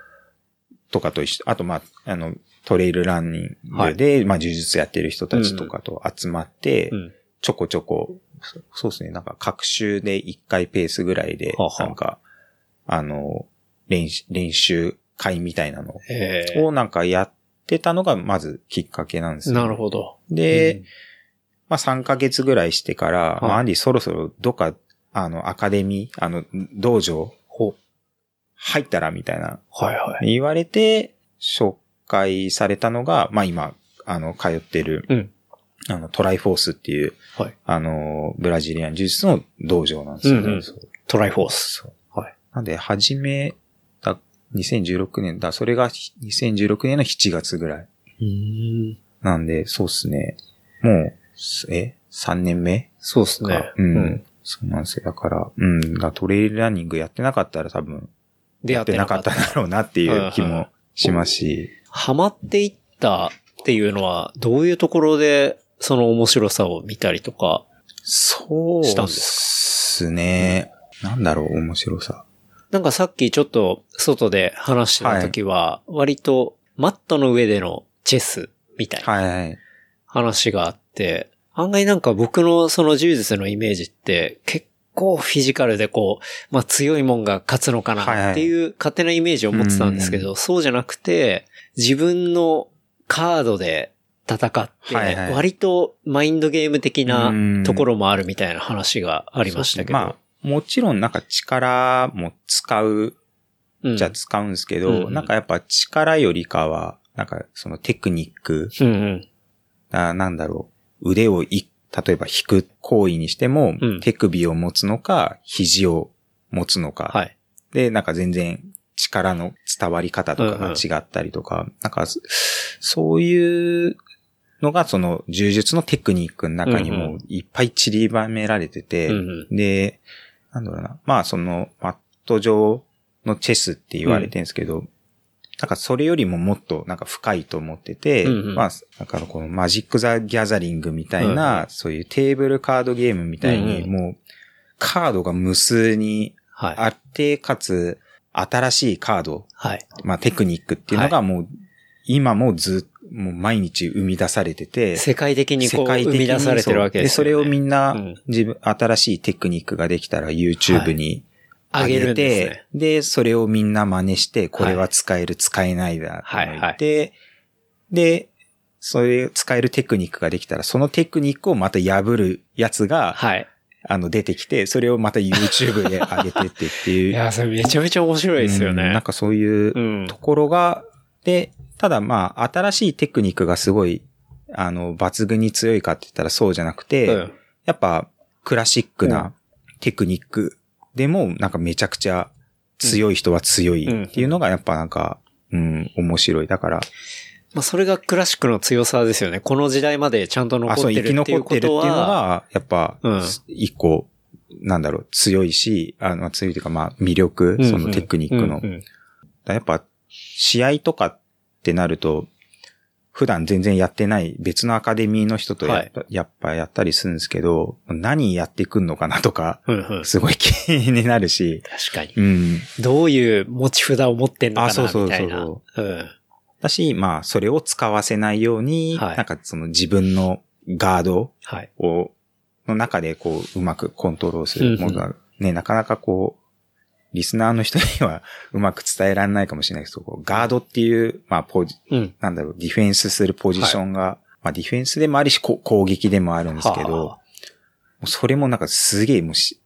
とかと一緒、あとまあ、あの、トレイルランニングで、はい、まあ、柔術やってる人たちとかと集まって、うん、ちょこちょこ、そうですね、なんか各週でいっかいペースぐらいで、ははなんか、あの、練習、練習会みたいなのをなんかやってたのがまずきっかけなんですよ、ね。 なるほど。 で、うんまあさんかげつぐらいしてから、はい、まあアンディそろそろどっか、あの、アカデミー、あの、道場、入ったらみたいな。 はいはい。 言われて、紹介されたのが、まあ今、あの、通ってる、うん、あの、トライフォースっていう、はい、あの、ブラジリアン柔術の道場なんですよね。うんうん、 トライフォース。そう。 はい。なんで、初め、だ、にせんじゅうろくねんだ、それがにせんじゅうろくねんのしちがつぐらい。 うーんなんで、そうっすね。もう、え ?さん 年目そうですね。 うん。うん、そうなんですよ。だから、うん。だトレイルランニングやってなかったら多分、やってなかったんだろうなっていう気もしますし。 ハマっていったっていうのは、どういうところでその面白さを見たりとかそうですね。なんだろう、面白さ。 なんかさっきちょっと外で話してた時は、割とマットの上でのチェスみたいな話があって、案外なんか僕のその柔術のイメージって結構フィジカルでこう、まあ強いもんが勝つのかなっていう勝手なイメージを持ってたんですけど、そうじゃなくて自分のカードで戦って、割とマインドゲーム的なところもあるみたいな話がありましたけど。 まあもちろんなんか力も使うじゃ使うんですけど、うんうん、なんかやっぱ力よりかは、なんかそのテクニック、 うんうん、 あなんだろう、腕をい、例えば引く行為にしても、うん、手首を持つのか、肘を持つのか、はい、で、なんか全然力の伝わり方とかが違ったりとか、うんうん、なんかそういうのがその柔術のテクニックの中にもいっぱい散りばめられてて、うんうん、で、なんだろうな、まあそのマット上のチェスって言われてるんですけど、うん、なんかそれよりももっとなんか深いと思ってて、うんうん、まあなんかこのマジック・ザ・ギャザリングみたいな、うんうん、そういうテーブルカードゲームみたいに、うんうん、もうカードが無数にあって、はい、かつ新しいカード、はい、まあテクニックっていうのがもう、はい、今もずっともう毎日生み出されてて、 世界的にこう生み出されてるわけですよね。 で、それをみんな、うん、自分、新しいテクニックができたら YouTube に上げて、はい、上げるんですね。で、それをみんな真似して、これは使える、はい、使えないだ、と言って、はいはい、で、それ使えるテクニックができたら、そのテクニックをまた破るやつが、はい、あの、出てきて、それをまた YouTube で上げてってっていう。 いや、それめちゃめちゃ面白いですよね。 うん、なんかそういうところが、うん、で、ただまあ、新しいテクニックがすごい、あの、抜群に強いかって言ったらそうじゃなくて、うん、やっぱ、クラシックなテクニックでも、なんかめちゃくちゃ強い人は強いっていうのが、やっぱなんか、うん、面白い。だから、 まあ、それがクラシックの強さですよね。この時代までちゃんと残ってるっていうことは。あ、そう、生き残ってるっていうのが、やっぱ、一個、なんだろう、強いし、あの、強いというか、まあ、魅力、そのテクニックの。うんうん、やっぱ、試合とか、ってなると、普段全然やってない別のアカデミーの人とやっぱ、はい、やっぱやったりするんですけど、何やってくんのかなとか、うんうん、すごい気になるし。 確かに。うん。どういう持ち札を持ってんのかなみたいな。あ、そうそうそうそう、うん。だし、まあ、それを使わせないように、はい、なんかその自分のガードを、はい、の中でこう、うまくコントロールするものが、うんうん、ね、なかなかこう、リスナーの人にはうまく伝えられないかもしれないけど、ガードっていう、まあ、ポジ、うん、なんだろう、ディフェンスするポジションが、はい、まあ、ディフェンスでもあるし、攻撃でもあるんですけど、はあ、それもなんかすげえもうし、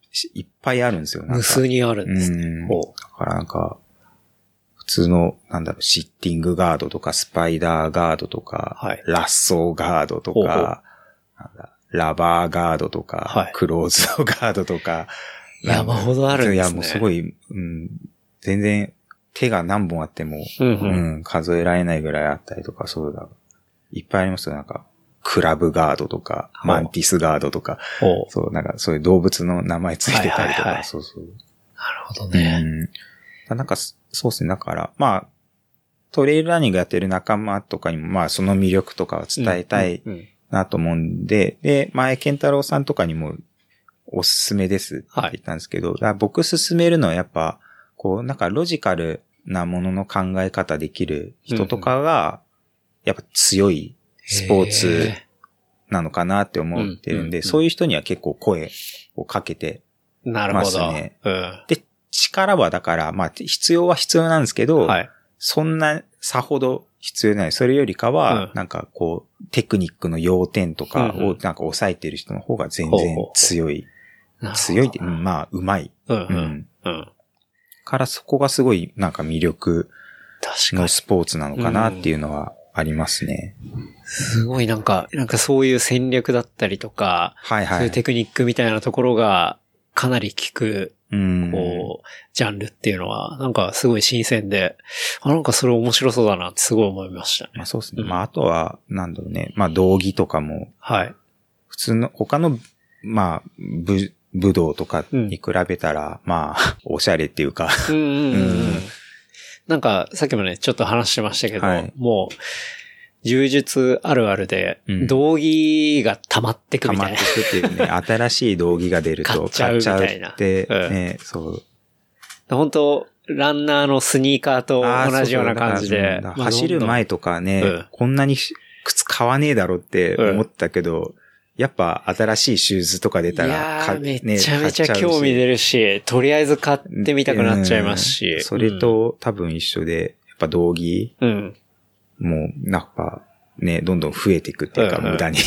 いっぱいあるんですよ。なんか無数にあるんですね。 うん。だからなんか、普通の、なんだろう、シッティングガードとか、スパイダーガードとか、はい、ラッソーガードとか、ほうほうなんだラバーガードとか、はい、クローズドガードとか。 山ほどあるんですね。いや、 もうすごい、うん、全然手が何本あっても、うんうんうん、数えられないぐらいあったりとか、そうだ。いっぱいありますよ。なんか、クラブガードとか、マンティスガードとか、そう、なんかそういう動物の名前ついてたりとか、はいはいはい、そうそう。 なるほどね。 うん、なんか、そうですね。だから、まあ、トレイルランニングやってる仲間とかにも、まあ、その魅力とかを伝えたいなと思うんで、うんうんうん、で、前、ケンタロウさんとかにもおすすめですって言ったんですけど、はい、僕勧めるのはやっぱ、こう、なんかロジカルなものの考え方できる人とかが、やっぱ強いスポーツなのかなって思ってるんで、うんうんうん、そういう人には結構声をかけてますね。 なるほど。うん、 で、力はだから、まあ、必要は必要なんですけど、はい、そんなさほど必要ない。それよりかは、うん、なんかこう、テクニックの要点とかをなんか抑えてる人の方が全然強い。うんうん、強いって、まあ、うまい。 うんうんうん、 からそこがすごいなんか魅力のスポーツなのかなっていうのはありますね。 すごいなんか、なんかそういう戦略だったりとか、はいはい、そういうテクニックみたいなところがかなり効く、うん、こう、ジャンルっていうのは、なんかすごい新鮮で、あ、なんかそれ面白そうだなってすごい思いましたね。 まあそうですね。うん、まああとは、なんだろうね、まあ道着とかも、 はい。 普通の、他の、まあ、武、武道とかに比べたら、うん、まあ、おしゃれっていうかうんうんうん、うん。なんか、さっきもね、ちょっと話してましたけど、はい、もう、柔術あるあるで、道着が溜まってくみたいな。 溜まってくっていうね、新しい道着が出ると買っちゃうって、ね、うん、そう。 本当ランナーのスニーカーと同じような感じで。 まあ、走る前とかね、うん、こんなに靴買わねえだろって思ったけど、うん、やっぱ新しいシューズとか出たら、 いやー、ね、めちゃめちゃ興味出るし、とりあえず買ってみたくなっちゃいますし。 うん、それと多分一緒で、やっぱ道着、 うん、 もう、なんか、ね、どんどん増えていくっていうか、うんうん、無駄に。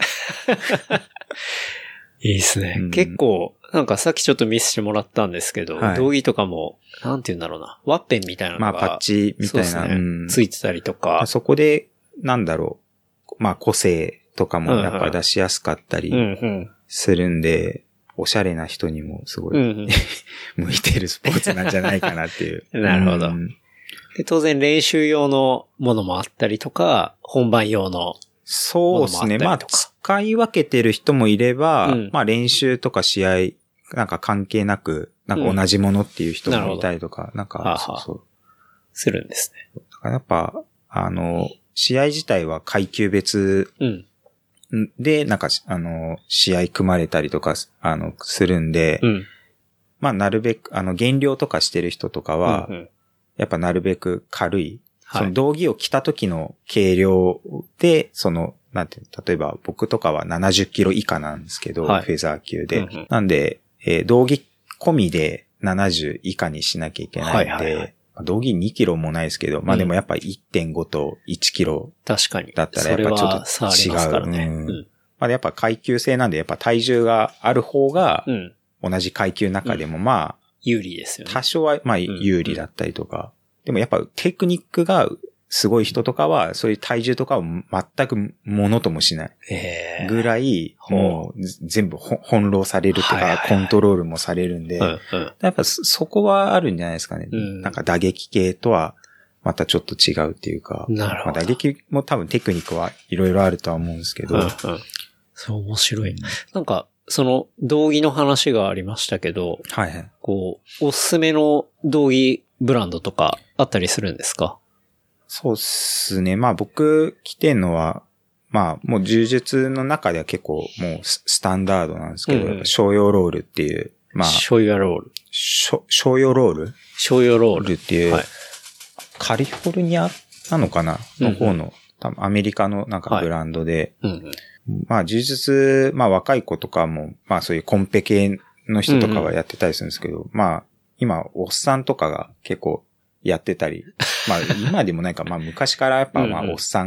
いいですね、うん。結構、なんかさっきちょっと見せてもらったんですけど、はい、道着とかも、なんて言うんだろうな、ワッペンみたいなのが。 まあ、パッチみたいな。 ね、うん、ついてたりとか。 そこで、なんだろう、まあ、個性とかもやっぱ出しやすかったりするんで、うんうん、おしゃれな人にもすごい、うんうん、向いてるスポーツなんじゃないかなっていう。 なるほど。うんで、当然練習用のものもあったりとか、本番用のものもあったりとか。 そうですね。まあ、使い分けてる人もいれば、うん、まあ練習とか試合、なんか関係なく、なんか同じものっていう人もいたりとか、うん、なんか、はあはあ、そうそう。 するんですね。 だからやっぱ、あの、試合自体は階級別で、なんか、あの、試合組まれたりとか、あの、するんで、うん、まあなるべく、あの、減量とかしてる人とかは、うんうんやっぱなるべく軽い。はい、その道着を着た時の軽量で、その、なんていうの、例えば僕とかはななじゅっキロ以下なんですけど、はい、フェザー級で。うんうん、なんで、えー、道着込みでななじゅう以下にしなきゃいけないんで、はいはいはい、道着にキロもないですけど、まあでもやっぱ いってんご といちキロだったらやっぱちょっと違う。 ねうんうん、まあやっぱ階級制なんでやっぱ体重がある方が、同じ階級の中でもまあ、うん有利ですよね。 多少は、まあ、有利だったりとか。うんうん、でもやっぱテクニックがすごい人とかは、そういう体重とかを全くものともしない。ぐらい、もう全部翻弄されるとか、はいはいはい、コントロールもされるんで、うんうん、やっぱそこはあるんじゃないですかね。うん、なんか打撃系とはまたちょっと違うっていうか。 なるほど。 まあ、打撃も多分テクニックはいろいろあるとは思うんですけど。うんうん、 そう面白い。うん、なんか、その道着の話がありましたけど、 はいはい。 こう、おすすめの道着ブランドとかあったりするんですか？ そうっすね。まあ僕着てんのは、まあもう柔術の中では結構もうスタンダードなんですけど、うんうん、商用ロールっていう、まあ。 商用ロール。 商用ロール商用ロールっていう、はい、カリフォルニアなのかなの方の、うんうん、多分アメリカのなんかブランドで、はいうんうんまあ、柔術、まあ若い子とかも、まあそういうコンペ系の人とかはやってたりするんですけど、うんうん、まあ、今、おっさんとかが結構やってたり、まあ今でもないか、まあ昔からやっぱまあおっさん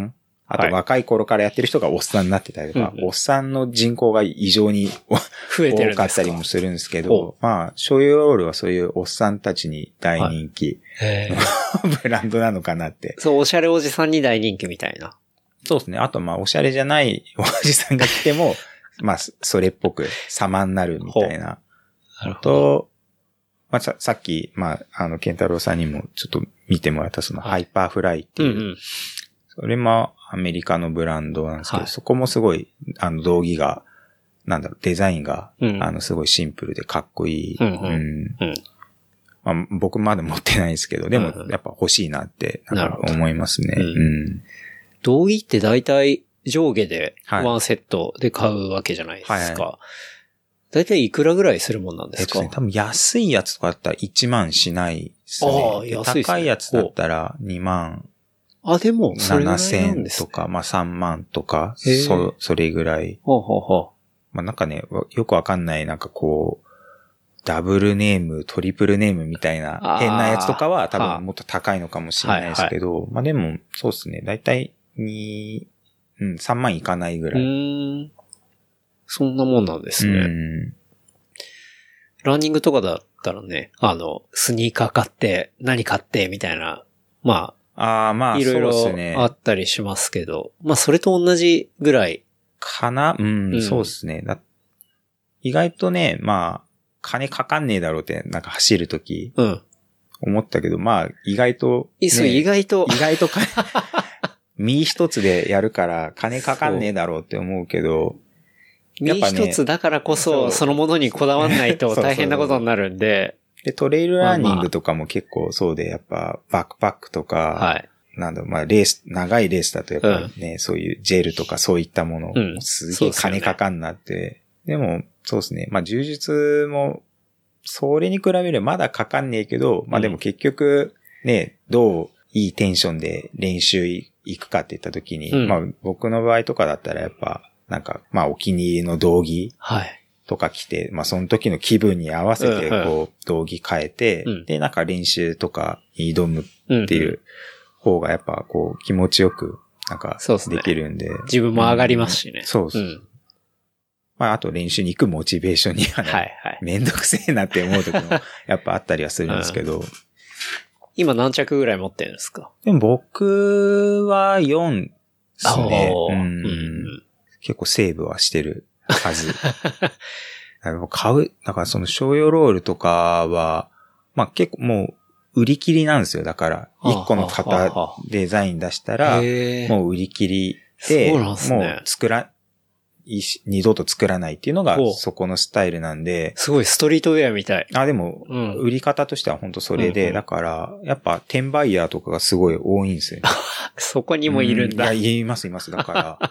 あと若い頃からやってる人がおっさんになってたりとか、はい、おっさんの人口が異常に増えてる多かったりもするんですけど、まあ、醤油ロールはそういうおっさんたちに大人気の、はい、ブランドなのかなって。 そう、おしゃれおじさんに大人気みたいな。 そうですね。あと、まあ、おしゃれじゃないおじさんが来ても、まあ、それっぽく様になるみたいな。なるほど。まあ、さ, さっき、まあ、あの、ケンタロウさんにもちょっと見てもらったそのハイパーフライっていう、はい、うんうん、それもアメリカのブランドなんですけど、はい、そこもすごい、あの、道着が、なんだろう、デザインが、うん、あの、すごいシンプルでかっこいい。うんうんうんうん、まあ、僕まだ持ってないですけど、でも、やっぱ欲しいなって、なんか思いますね。うん、 道着って大体上下でワンセットで買うわけじゃないですか。はいはいはい、大体いくらぐらいするもんなんですか？ えっとね、多分安いやつとかだったらいちまんしないですね。ああ、安いですね。高いやつだったらにまん。 あ、でも、 ななせんとか、まあさんまんとか、そ、それぐらい。 ほうほうほう。 まあなんかね、よくわかんない、なんかこう、ダブルネーム、トリプルネームみたいな変なやつとかは多分もっと高いのかもしれないですけど、はいはい、まあでも、そうですね。だいたいに、うん、さんまんいかないぐらい。うーん。 そんなもんなんですね。うん。ランニングとかだったらね、あの、スニーカー買って、何買ってみたいな、まあ、 ああ、まあ、 いろいろあったりしますけど、まあ、それと同じぐらい。 かな、うん、うん、そうですね。だ意外とね、まあ、金かかんねえだろうって、なんか走るとき、うん。思ったけど、まあ、意外と、 ね、そう、意外と。 意外とか、身一つでやるから、金かかんねえだろうって思うけど、 身一つだからこそ、そのものにこだわんないと大変なことになるんで。 で、トレイルランニングとかも結構そうで、やっぱバックパックとか、はい、なんだろう、まあレース、長いレースだとやっぱりね、うん、そういうジェルとかそういったもの、うん、すげえ金かかんなって。でも、そうですね。まあ柔術も、それに比べればまだかかんねえけど、まあでも結局、ね、どういいテンションで練習行くかって言った時に、うん、まあ僕の場合とかだったらやっぱ、なんか、まあお気に入りの道着。はい。とか着て、まあその時の気分に合わせて、こう、道着変えて、うん、で、なんか練習とかに挑むっていう方がやっぱこう気持ちよく、なんかできるんで。 そうですね、自分も上がりますしね。 うん、そうそう。うん、まああと練習に行くモチベーションにはね、はいはい、めんどくせえなって思う時もやっぱあったりはするんですけど。うん、 今何着ぐらい持ってるんですか？ でも僕はよんですね。うん、うん、結構セーブはしてるはず。買う、だからその商用ロールとかは、まあ結構もう売り切りなんですよ。だから、一個の型デザイン出したら、もう売り切りで、もう作ら、二度と作らないっていうのがそこのスタイルなんで。 すごいストリートウェアみたい。 あ、でも、売り方としては本当それで、うんうん、だから、やっぱ転売ヤーとかがすごい多いんですよね。 そこにもいるんだ。 うん、いや、いますいます。だから、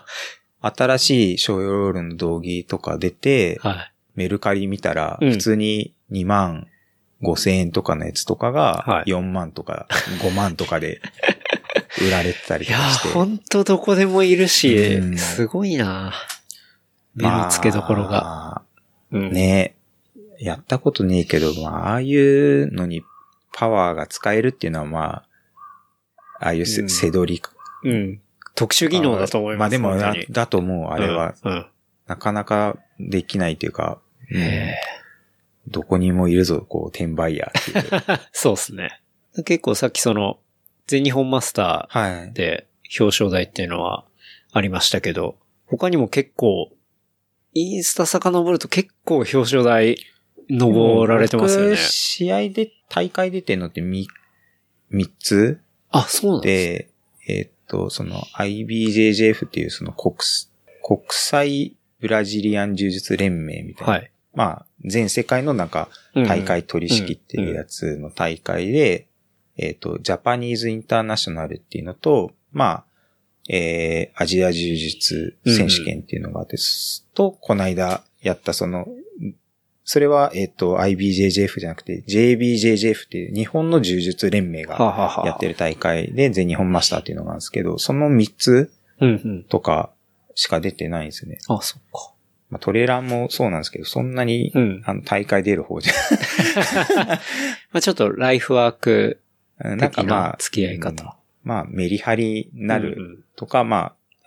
新しい商用ロールの道着とか出て、はい、メルカリ見たら、普通ににまんごせんえんとかのやつとかが、よんまんとかごまんとかで売られてたりとかして。 いや、ほんとどこでもいるし、うん、すごいな目の付けどころが。まあうん、ねやったことねえけど、まあ、ああいうのにパワーが使えるっていうのはまあ、ああいうせ、うん、背取り。 うん。特殊技能だと思います。 まあでもだ、だと思う、あれは、うんうん。なかなかできないというか、うん、どこにもいるぞ、こう、転売ヤーっていう。 そうですね。結構さっきその、全日本マスターで表彰台っていうのはありましたけど、はい、他にも結構、インスタ遡ると結構表彰台登られてますよね。僕試合で、大会出てんのってみ、みっつあ、そうなんです。で、えー、っと、その アイビージェージェーエフ っていうその国、国際ブラジリアン柔術連盟みたいな。はい。まあ、全世界のなんか大会取り仕切ってるやつの大会で、うんうん、えー、っと、ジャパニーズインターナショナルっていうのと、まあ、えー、アジア柔術選手権っていうのがです、うんうん、と、この間やったその、それは、えっと、アイビージェージェーエフ じゃなくて、ジェービージェージェーエフ っていう日本の柔術連盟がやってる大会で、全日本マスターっていうのがあるんですけど、そのみっつとかしか出てないんですよね。 うんうん、あ、そっか。 まあ、トレーラーもそうなんですけど、そんなに、うん、あの大会出る方じゃまあちょっとライフワーク的な付き合い方。 まあ、メリハリになるとか、うんうん、まあ、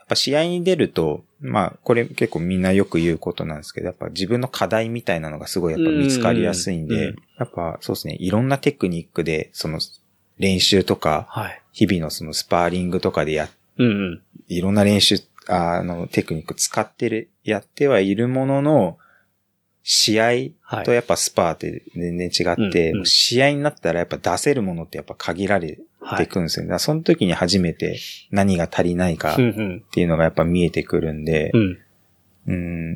ぱ試合に出ると、まあ、これ結構みんなよく言うことなんですけど、やっぱ自分の課題みたいなのがすごいやっぱ見つかりやすいんで、やっぱそうですね、いろんなテクニックで、その練習とか、はい、日々のそのスパーリングとかでや、うんうん、いろんな練習、あの、テクニック使ってる、やってはいるものの、試合とやっぱスパーって全然違って、はい、試合になったらやっぱ出せるものってやっぱ限られてくるんですよね。はい、だからその時に初めて何が足りないかっていうのがやっぱ見えてくるんで、うん、うん、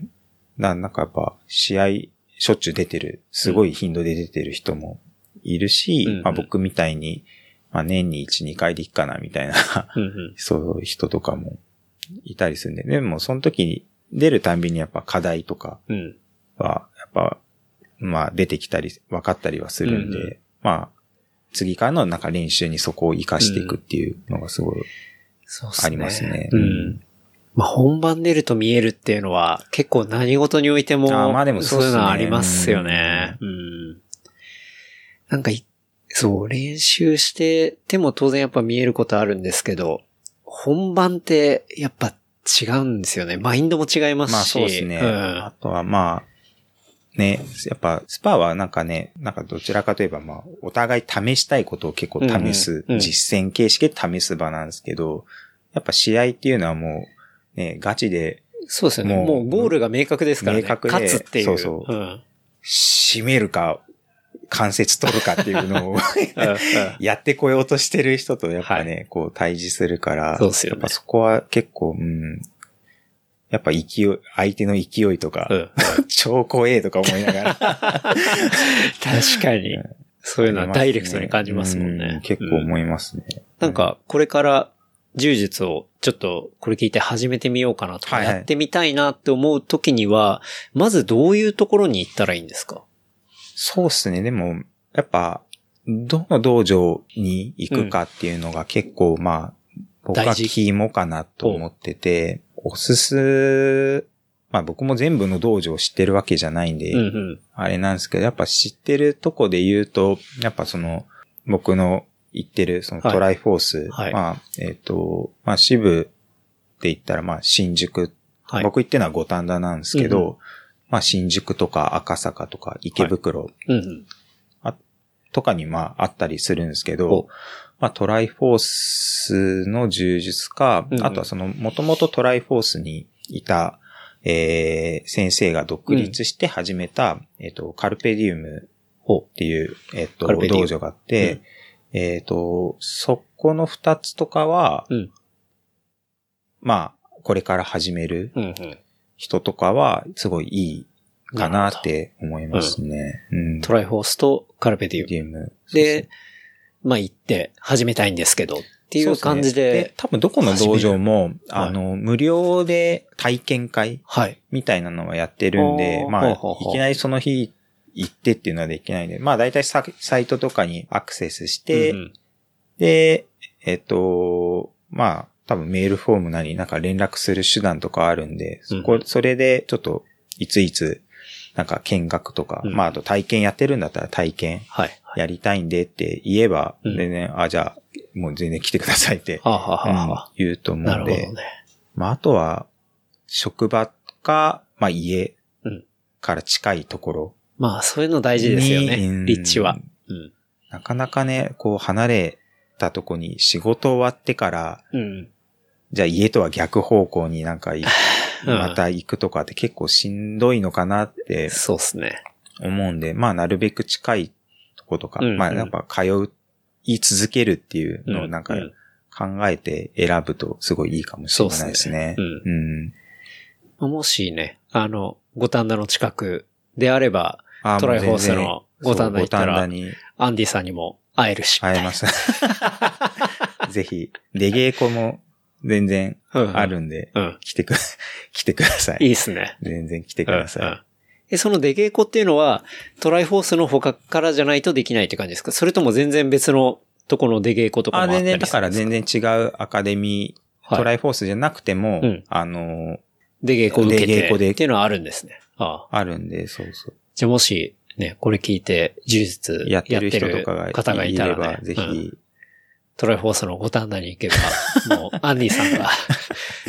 なんかやっぱ試合しょっちゅう出てる、すごい頻度で出てる人もいるし、うんまあ、僕みたいに、まあ、年にいち、にかいでいいかなみたいなそういう人とかもいたりするんで、でもその時に出るたんびにやっぱ課題とか、うんは、やっぱ、まあ出てきたり、分かったりはするんで、うんうん、まあ、次からのなんか練習にそこを活かしていくっていうのがすごい、ありますね。うん。うん、 まあ本番出ると見えるっていうのは、結構何事においても、あまあでもそういうのはありますよね。うん。うん、なんか、そう、練習してても当然やっぱ見えることあるんですけど、本番ってやっぱ違うんですよね。マインドも違いますし。 まあそうですね。うん、あとはまあ、ね、やっぱ、スパーはなんかね、なんかどちらかといえばまあ、お互い試したいことを結構試す、うんうん、実践形式で試す場なんですけど、やっぱ試合っていうのはもう、ね、ガチで。 そうですよね。もう、もうゴールが明確ですからね。 明確で。 勝つっていう。 そうそう。うん、締めるか、関節取るかっていうのをやってこようとしてる人とやっぱね、はい、こう対峙するから、そうですよね。やっぱそこは結構、うん、やっぱ勢い、相手の勢いとか、うん、超怖えとか思いながら。 確かに。そういうのはダイレクトに感じますもんね。 うん、結構思いますね。 うん、なんか、これから柔術をちょっとこれ聞いて始めてみようかなとか、やってみたいなって思う時には、はいはい、まずどういうところに行ったらいいんですか？ そうですね。でも、やっぱ、どの道場に行くかっていうのが結構、まあ、僕は肝かなと思ってて、おすす、まあ僕も全部の道場を知ってるわけじゃないんで、うんうん、あれなんですけど、やっぱ知ってるとこで言うと、やっぱその、僕の行ってるそのトライフォース、はい、まあ、えっと、まあ支部で言ったら、まあ新宿、はい、僕行ってるのは五反田なんですけど、うんうん、まあ新宿とか赤坂とか池袋、はいうんうんあとかにまああったりするんですけど、まあトライフォースの柔術か、うんうん、あとはその元々トライフォースにいた、えー、先生が独立して始めた、うん、えっと、カルペディウムっていう、えっと、道場があって、うん、えっと、そこの二つとかは、うん、まあ、これから始める人とかは、すごいいいかなって思いますね。うん、 トライフォースとカルペディウム。で、まあ行って始めたいんですけどっていう感じで。で多分どこの道場も、あの、はい、無料で体験会みたいなのはやってるんで、はい、まあ、いきなりその日行ってっていうのはできないんで、まあ大体サ, サイトとかにアクセスして、うんうん、で、えっと、まあ、多分メールフォームなりなんか連絡する手段とかあるんで、そこ、それでちょっといついつなんか見学とか、うん、まああと体験やってるんだったら体験やりたいんでって言えば、はいはい、全然、あ、じゃあもう全然来てくださいって、はあはあはあうん、言うと思うんで、ね、まああとは職場か、まあ家から近いところ、 うん、まあそういうの大事ですよね、立地は、うん。 なかなかね、こう離れたとこに仕事終わってから、うん、じゃあ家とは逆方向になんかまた行くとかって結構しんどいのかなって。 そうですね。 思うんで、まあなるべく近いとことか、うんうん、まあやっぱ通い続けるっていうのをなんか考えて選ぶとすごいいいかもしれないですね。そうですね。 うん。もしね、あの、五反田の近くであれば、トライフォースの五反田に行ったら、アンディさんにも会えるし。 会えます。ぜひ、出稽古も全然あるんで、うんうん、来てく、来てください。 いいっすね。 全然来てください。うんうん、 え、その出稽古っていうのは、トライフォースの他からじゃないとできないって感じですか？それとも全然別のとこの出稽古とかもあったりするんですか？ あ、全然、だから全然違うアカデミー、はい、トライフォースじゃなくても、うん、あの、 出稽古受けて出稽古でっていうのはあるんですね。ああ。あるんで、そうそう。 じゃあもし、ね、これ聞いて、柔術やってる人とかが方がいたら、ね、 ぜひ、うん、 トライフォースの五反田に行けば、もう、アンディさんが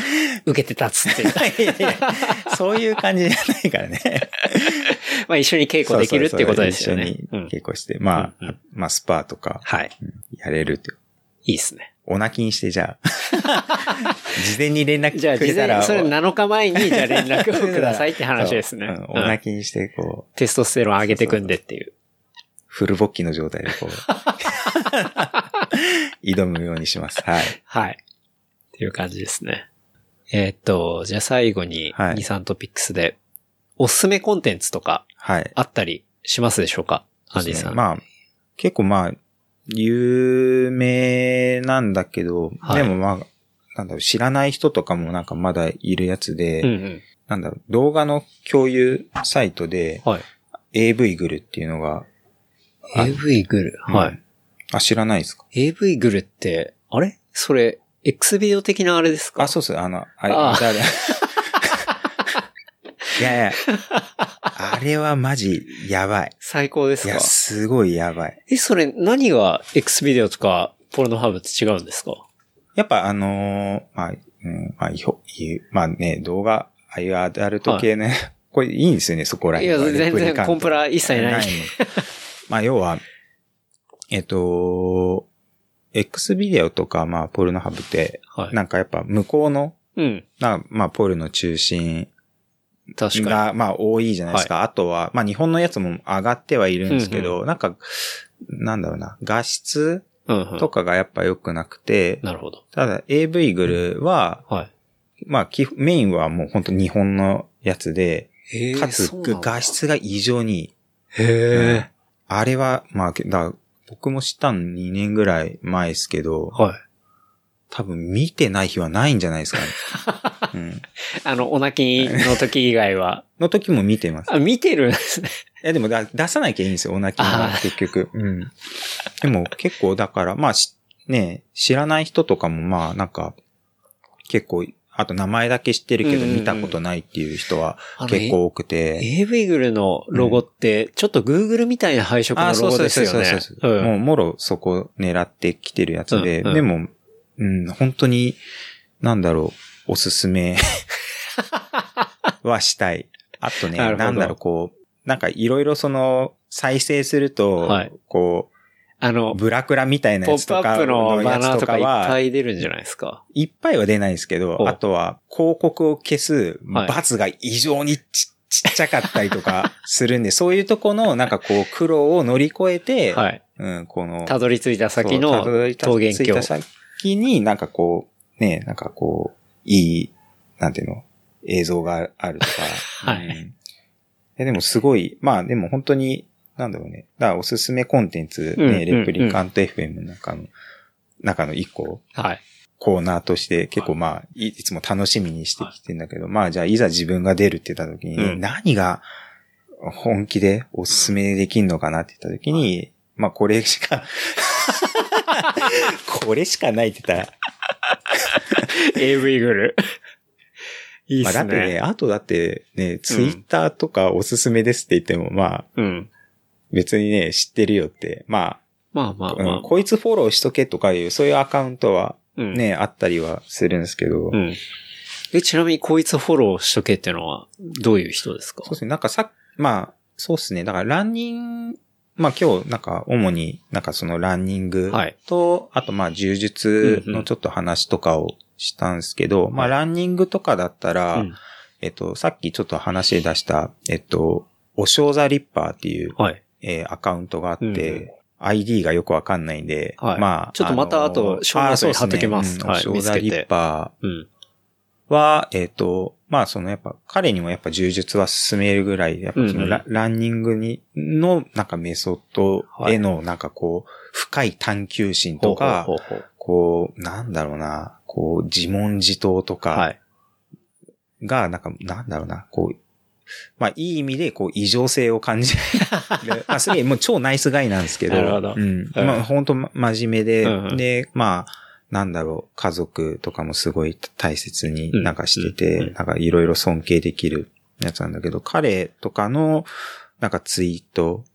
受けて立つっていう。 いやいやそういう感じじゃないからね。 まあ一緒に稽古できるっていうことですよね。 そうそうそう一緒に稽古して、うん、まあ、うん、まあスパーとか、 はい、 やれるって。 いいっすね。 お泣きにしてじゃあ。事前に連絡くれたら。 じゃあ事前にそれなのかまえにじゃあ連絡をくださいって話ですね。 うん、お泣きにしてこう。 テストステロン上げてくんでっていう。 フル勃起の状態でこう。挑むようにします。はい。 はい。っていう感じですね。えー、っと、じゃあ最後にに、さんトピックスで、おすすめコンテンツとか、あったりしますでしょうか、アンディさん。 まあ、結構まあ、有名なんだけど、はい、でもまあ、なんだろう、知らない人とかもなんかまだいるやつで、うんうん、なんだろう、動画の共有サイトで、はい、エーブイ グルっていうのが、 エーブイ グル、うん、はい。 あ、知らないですか？ エーブイ グルって、あれそれ、X ビデオ的なあれですか？ あ、そうそう、あの、あれ、ああれいやいや、あれはマジやばい。 最高ですか？ いや、すごいやばい。 え、それ何が X ビデオとかポルノハブと違うんですか？ やっぱあのー、まあ、うん、まあ、まあね、動画、ああいうアダルト系ね、はい、これいいんですよね、そこらへん。 いや、全然コンプラ一切ない。ないまあ、要は、えっと、X ビデオとか、まあ、ポルノハブって、はい、なんかやっぱ向こうの、うん、なまあ、ポルの中心が、まあ、多いじゃないですか。はい、あとは、まあ、日本のやつも上がってはいるんですけど、うんうん、なんか、なんだろうな、画質とかがやっぱ良くなくて、 なるほど。 ただ エーブイ グルは、はい、まあ、メインはもう本当日本のやつで、かつ画質が異常にいい。 へー、うん、 あれは、まあ、だ僕も知ったのにねんぐらい前ですけど、はい。多分見てない日はないんじゃないですかね。うん、 あの、お泣きの時以外は。 の時も見てます。 あ、見てるんですね。 いやでもだ出さなきゃいいんですよ、お泣きは結局。うん。でも結構だから、まあね、知らない人とかもまあなんか、結構、あと名前だけ知ってるけど見たことないっていう人は結構多くて。 エーブイ グルのロゴって、ちょっと Google みたいな配色のロゴですよね。そうそうそうそう、うん。もう、もろそこ狙ってきてるやつで、うんうん、でも、うん、本当に、なんだろう、おすすめはしたい。あとね、な, なんだろう、こう、なんかいろいろその、再生すると、はい、こう、あの、ブラクラみたいなやつとかのやつとかは、ポップアップのバナーとかいっぱい出るんじゃないですか。 いっぱいは出ないんですけど、あとは広告を消すバツが異常に ち,、はい、ちっちゃかったりとかするんで、そういうとこのなんかこう苦労を乗り越えて、はい、うん、この、 たどり着いた先の桃源郷。たどり着いた先になんかこう、ね、なんかこう、いい、なんていうの、映像があるとか。 はい、うん。 でもすごい、まあでも本当に、なんだろうね。だからおすすめコンテンツね、うん、レプリカント エフエム の中の、中の一個、はい、コーナーとして結構まあ、い, いつも楽しみにしてきてんだけど、はい、まあじゃあいざ自分が出るって言った時に、うん、何が本気でおすすめできんのかなって言った時に、はい、まあこれしか、これしかないって言ったら、 エーブイ グル。いいっすね。 まあだってね、あとだってね、ツイッターとかおすすめですって言ってもまあ、うん、別にね、知ってるよって。まあ。 まあまあまあ、 うん。こいつフォローしとけとかいう、そういうアカウントはね、うん、あったりはするんですけど。 うん。え、ちなみにこいつフォローしとけっていうのは、どういう人ですか？ そうですね。なんかさ、まあ、そうですね。だからランニング、まあ今日なんか主になんかそのランニングと、はい、あとまあ柔術のちょっと話とかをしたんですけど、うんうん、まあランニングとかだったら、うん、えっと、さっきちょっと話出した、えっと、おしょうざリッパーっていう、はい、えー、アカウントがあって、うん、アイディー がよくわかんないんで、はい、まあ。 ちょっとまた後、ショーノートに貼っときます。 おしょうざリッパーは、えっと、まあそのやっぱ、彼にもやっぱ柔術は進めるぐらい、やっぱそのラ、うんうん、ランニングに、のなんかメソッドへのなんかこう、深い探求心とか、ほうほうほうほう、こう、なんだろうな、こう、自問自答とか、が、なんか、なんだろうな、こう、まあ、いい意味で、こう、異常性を感じる。まあ、すげえ、もう超ナイスガイなんですけど。 なるほど。 うん。まあ、本当真面目で、うんうん、で、まあ、なんだろう、家族とかもすごい大切になんかしてて、うんうん、なんかいろいろ尊敬できるやつなんだけど、彼とかの、なんかツイート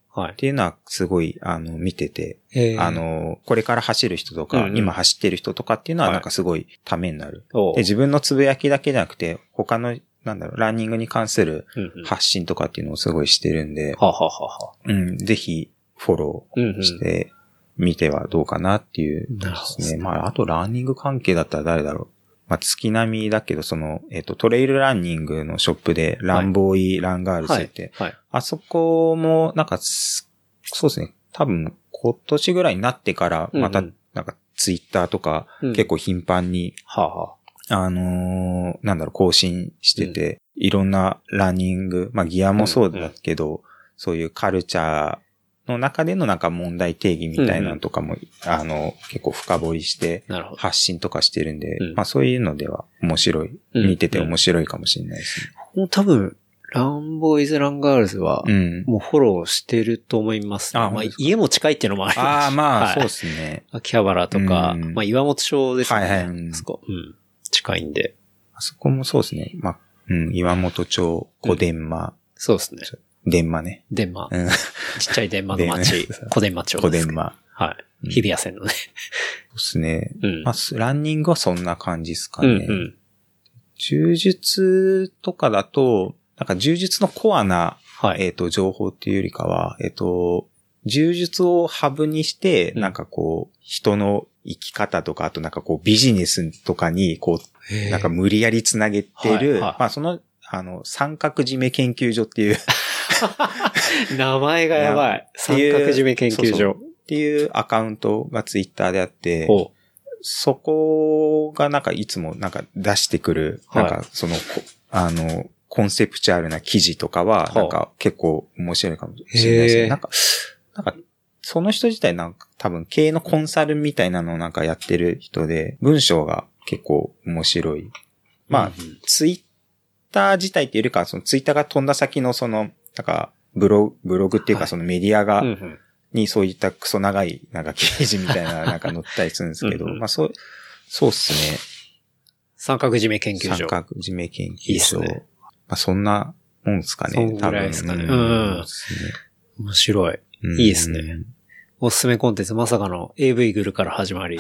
はい。っていうのはすごい、あの、見てて、あの、これから走る人とか、うんうん、今走ってる人とかっていうのはなんかすごいためになる。はい、で、自分のつぶやきだけじゃなくて、他の、なんだろう、ランニングに関する発信とかっていうのをすごいしてるんで、 はははは。 うん、ぜひフォローしてみてはどうかなっていうですね。うんうん、まあ、あとランニング関係だったら誰だろう。まあ、月並みだけど、その、えっと、トレイルランニングのショップで、ランボーイ、ランガールズって、はいはいはい、あそこも、なんか、そうですね、多分、今年ぐらいになってから、また、なんか、ツイッターとか、結構頻繁に、うんはあはあ、あのー、なんだろう、更新してて、うん、いろんなランニング、まあ、ギアもそうだけど、うんうん、そういうカルチャー、の中でのなんか問題定義みたいなのとかも、うんうん、あの、結構深掘りして発信とかしてるんで、まあそういうのでは面白い、うん、見てて面白いかもしれないですね。 もう多分、ランボーイズ・ランガールズは、もうフォローしてると思います、ね。うん、まあ家も近いっていうのもありますし。 ああ、まあ、はい、そうですね。 秋葉原とか、うん、まあ岩本町ですね。はいはい。あそこ、うん。近いんで。 あそこもそうですね。まあ、うん、岩本町、小伝馬、うん。 そうですね。 電馬ね。 電馬。うん、ちっちゃい電馬の町、小伝馬町です。 小伝馬。 はい。日比谷線のね。 そうですね。うん。まあ、ランニングはそんな感じですかね。うんうん、柔術とかだと、なんか柔術のコアな、はい、えっと、情報っていうよりかは、えっと、柔術をハブにして、なんかこう、人の生き方とか、あとなんかこう、ビジネスとかに、こう、なんか無理やりつなげてる、はいはい、まあその、あの、三角締め研究所っていう、 名前がやばい。三角締め研究所。そうそうっていうアカウントがツイッターであって、そこがなんかいつもなんか出してくる、なんかその、はい、あの、コンセプチュアルな記事とかは、なんか結構面白いかもしれないですね。なんか、なんか、その人自体なんか多分経営のコンサルみたいなのをなんかやってる人で、文章が結構面白い。まあ、うんうん、ツイッター自体っていうよりか、そのツイッターが飛んだ先のその、なんか、ブログ、ブログっていうかそのメディアが、はいうんうん、にそういったクソ長い、なんか記事みたいな、なんか載ったりするんですけど、うんうん、まあそう、そうっすね。 三角締め研究所。 三角締め研究所。いいっすね。まあそんなもんですかね。 そんぐらいですかね。多分。うん。うん、面白い。いいですね。おすすめコンテンツまさかの エーブイ グルから始まり。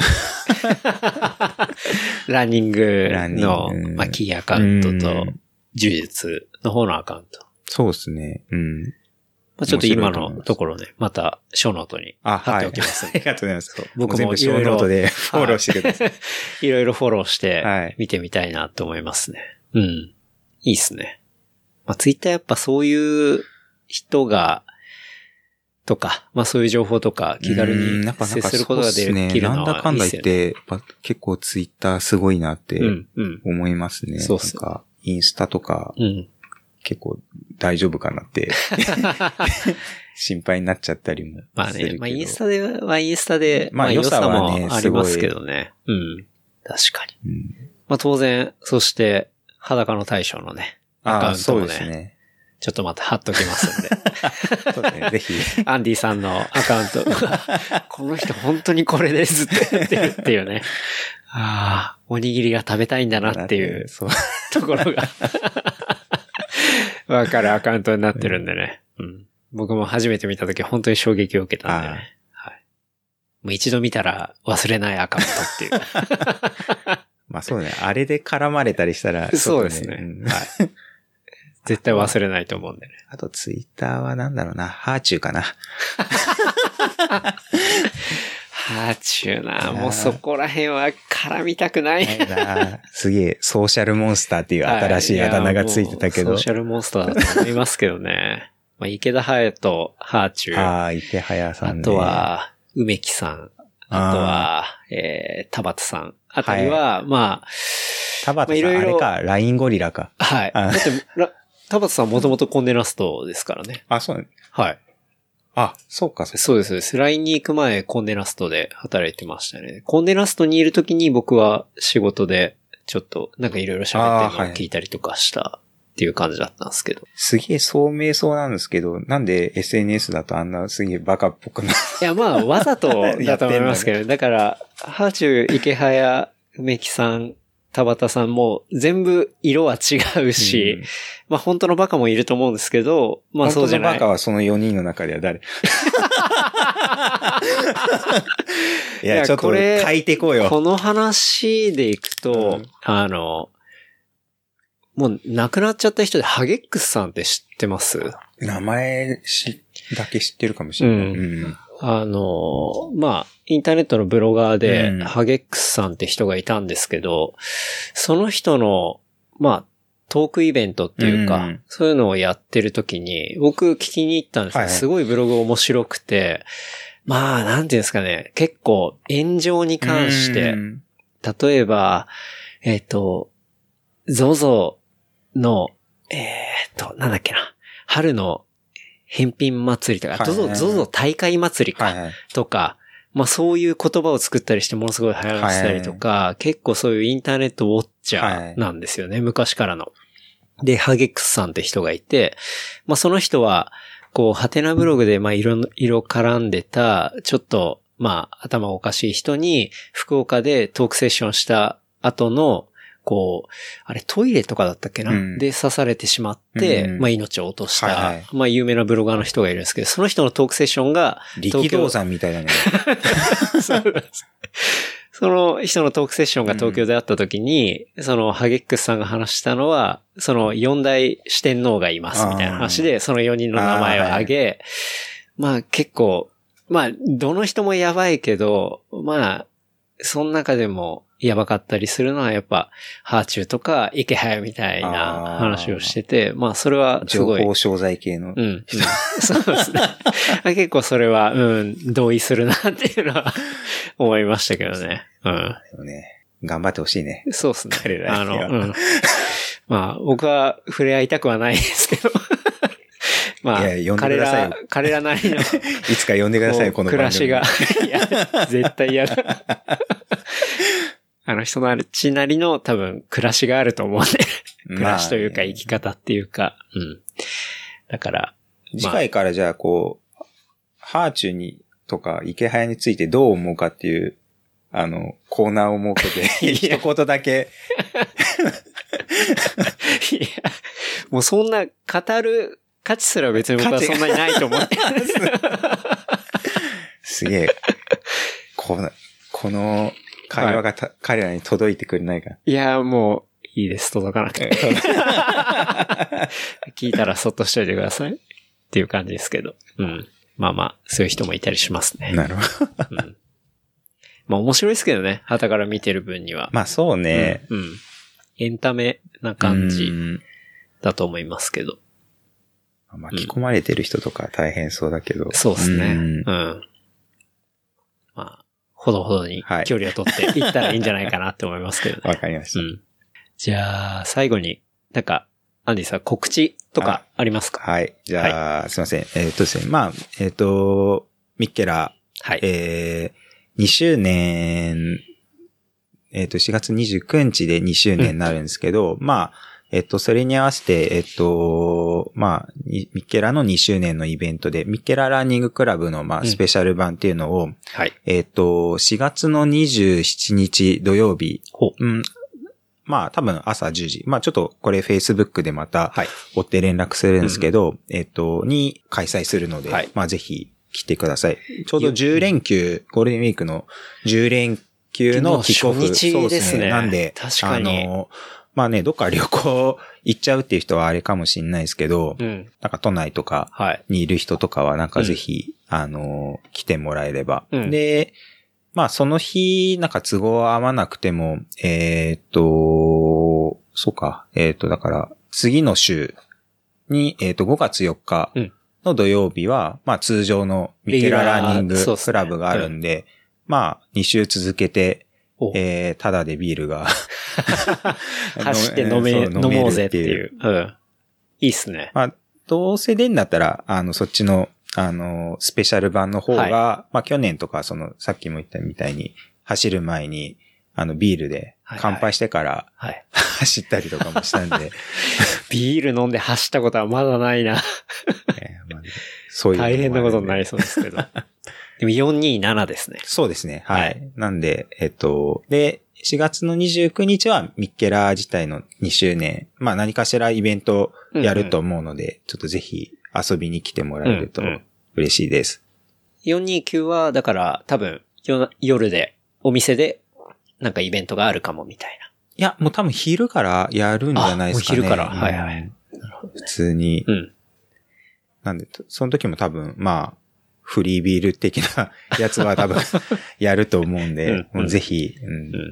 ランニングの、まあ、キーアカウントと、柔術の方のアカウント。 そうですね。うん。 まあ、ちょっと今のところね、また、ショーノートに貼っておきますんで。 あ、はい、ありがとうございます。 僕もショーノートでフォローしてください。 いろいろフォローして、見てみたいなと思いますね。うん。いいっすね。まあ、ツイッターやっぱそういう人が、とか、まあそういう情報とか気軽に接することができるのはいいですよね。 なんだかんだ言って、結構ツイッターすごいなって思いますね。うんうん、そうっすね。なんかインスタとか、うん、結構大丈夫かなって心配になっちゃったりもするけど。 まあね、まあインスタではインスタで、まあ良さもありますけどね。うん。確かに。うん、まあ当然、そして裸の大将のね、アカウントもね。そうですね。ちょっとまた貼っときますんで。 そうですね、ぜひ。 アンディさんのアカウント。この人本当にこれでずっとやってるっていうね。ああ、おにぎりが食べたいんだなっていうところがわかるアカウントになってるんでね。うん、僕も初めて見たとき本当に衝撃を受けたんでね。はい、もう一度見たら忘れないアカウントっていう。 まあそうね、あれで絡まれたりしたら、ね、 そうですね。うん、はい。絶対忘れないと思うんでね。 あとツイッターはなんだろうな、ハーチューかな。 ハーチューな、もうそこら辺は絡みたくない。ないなすげえ、ソーシャルモンスターっていう新しいあだ名がついてたけど。 ソーシャルモンスターだと思いますけどね。まあ、池田隼人、ハーチュー。 ああ、池隼さんね。 あとは、梅木さん。あとは、えー、田畑さん。あたりは、はい、まあ、 田畑さん、まあ、いろいろあれか、ラインゴリラか。 はい。だって、田畑さんもともとコンデナストですからね。 あ、そうね。 はい。 あ、そうか、そうか。 そうです、そうです。ラインに行く前、コンデナストで働いてましたね。コンデナストにいるときに僕は仕事で、ちょっと、なんかいろいろ喋ってるのを聞いたりとかしたっていう感じだったんですけど。はい、 すげえ聡明そうなんですけど、なんで エスエヌエス だとあんなすげえバカっぽくなるいや、まあ、わざとだと思いますけど、だから、ハーチュー、池早、梅木さん田畑さんも全部色は違うし、うん、まあ本当のバカもいると思うんですけど、まあそうじゃない。 本当のバカはそのよにんの中では誰いや、ちょっと書いてこうよ。 この話でいくと、うん、あの、もう亡くなっちゃった人でハゲックスさんって知ってます？ 名前しだけ知ってるかもしれない。うんうん、あの、まあ、インターネットのブロガーで、うん、ハゲックスさんって人がいたんですけど、その人の、まあ、トークイベントっていうか、うん、そういうのをやってる時に、僕聞きに行ったんですけど、はいはい、すごいブログ面白くて、まあ、なんていうんですかね、結構炎上に関して、うん、例えば、えっと、ゾゾ の、えっと、なんだっけな、春の返品祭りとか、はいはいはい、ゾゾ、ゾゾ大会祭りか、はいはい、とか、まあそういう言葉を作ったりしてものすごい流行らせたりとか、はいはい、結構そういうインターネットウォッチャーなんですよね、はい、昔からの。で、ハゲックスさんって人がいて、まあその人は、こう、ハテナブログでまあ色、色絡んでた、ちょっと、まあ頭おかしい人に、福岡でトークセッションした後の、こう、あれトイレとかだったっけな、うん、で刺されてしまって、うん、まあ命を落とした、はいはい、まあ有名なブロガーの人がいるんですけど、その人のトークセッションが、 力道山みたいだね。 そうその人のトークセッションが東京であった時に、うん、そのハゲックスさんが話したのは、その四大四天王がいますみたいな話で、そのよにんの名前を挙げ、はい、まあ結構、まあどの人もやばいけど、まあ、その中でもやばかったりするのはやっぱ、ハーチューとか池早みたいな話をしてて、まあそれはすごい。 情報商材系の。 うん。うん、そうですね。結構それは、うん、同意するなっていうのは思いましたけどね。うん。 でもね、頑張ってほしいね。 そうですね。彼らには。あの、うん。まあ僕は触れ合いたくはないですけど。まあ、いや、呼んでくださいよ。彼ら、彼らなりの。いつか呼んでください、この番組。暮らしが。いや、絶対嫌だ。あの人のちなりの多分暮らしがあると思うんで。暮らしというか生き方っていうか。うん。だから。 次回からじゃあこう、ハーチューにとか池早についてどう思うかっていう、あの、コーナーを設けて、一言だけ。 いや、もうそんな語る、価値すら別に僕はそんなにないと思ってるんです。 すげえ。この、この会話がた、はい、彼らに届いてくれないか。 いや、もういいです。届かなくて。聞いたらそっとしといてください。っていう感じですけど。うん。まあまあ、そういう人もいたりしますね。 なるほど。うん、 まあ面白いですけどね。傍から見てる分には。 まあそうね。 うん。うん、エンタメな感じだと思いますけど。 巻き込まれてる人とか大変そうだけど。うん、 そうですね。うん。まあ、ほどほどに距離を取っていったらいいんじゃないかなって思いますけどね。 わかりました。うん。 じゃあ、最後に、なんか、アンディさん告知とかありますか？ はい。じゃあ、はい、すいません。えー、っとですね。まあ、えー、っと、ミッケラ、はい。えー、にしゅうねん、えー、っと、しがつにじゅうくにちでにしゅうねんになるんですけど、うん、まあ、えっと、それに合わせて、えっと、まあ、ミッケラのにしゅうねんのイベントで、ミッケラランニングクラブの、まあ、スペシャル版っていうのを、うん、はい。えっと、しがつのにじゅうしちにち土曜日、うん、まあ、多分朝じゅうじ。まあ、ちょっとこれ Facebook でまた、追って連絡するんですけど、はい、えっと、に開催するので、はい、まあ、ぜひ来てください。ちょうどじゅうれんきゅう、ゴールデンウィークのじゅうれんきゅうのキックオフ。 初日ですね。 なんで、 確かに。 あの、まあね、どっか旅行行っちゃうっていう人はあれかもしれないですけど、うん、なんか都内とかにいる人とかはなんかぜひ、うん、あの、来てもらえれば。うん、で、まあその日、なんか都合合わなくても、えー、っと、そうか、えー、っと、だから次の週に、えー、っとごがつよっかの土曜日は、うん、まあ通常のミッケラランニングクラブがあるんで、ねうん、まあに週続けて、えー、ただでビールが走って飲め、飲もうぜっていう。うん。いいっすね。 まあ、どうせ出んだったら、あの、そっちの、あの、スペシャル版の方が、はい、まあ去年とか、その、さっきも言ったみたいに、走る前に、あの、ビールで乾杯してから、はいはい、走ったりとかもしたんで。 ビール飲んで走ったことはまだないな。 えーまあ、そういう大変なことになりそうですけど。でもよんにーななですね。 そうですね。はい。はい、なんで、えっと、で、 しがつのにじゅうくにちはミッケラー自体のにしゅうねん。まあ何かしらイベントやると思うので、うんうん、ちょっとぜひ遊びに来てもらえると嬉しいです。 うんうん、よんにーきゅうはだから多分夜でお店でなんかイベントがあるかもみたいな。 いや、もう多分昼からやるんじゃないですかね。 昼から。はいはい。 普通に。うん。なんで、その時も多分、まあ、フリービール的なやつは多分やると思うんで、うんうん、もうぜひ、うんうん、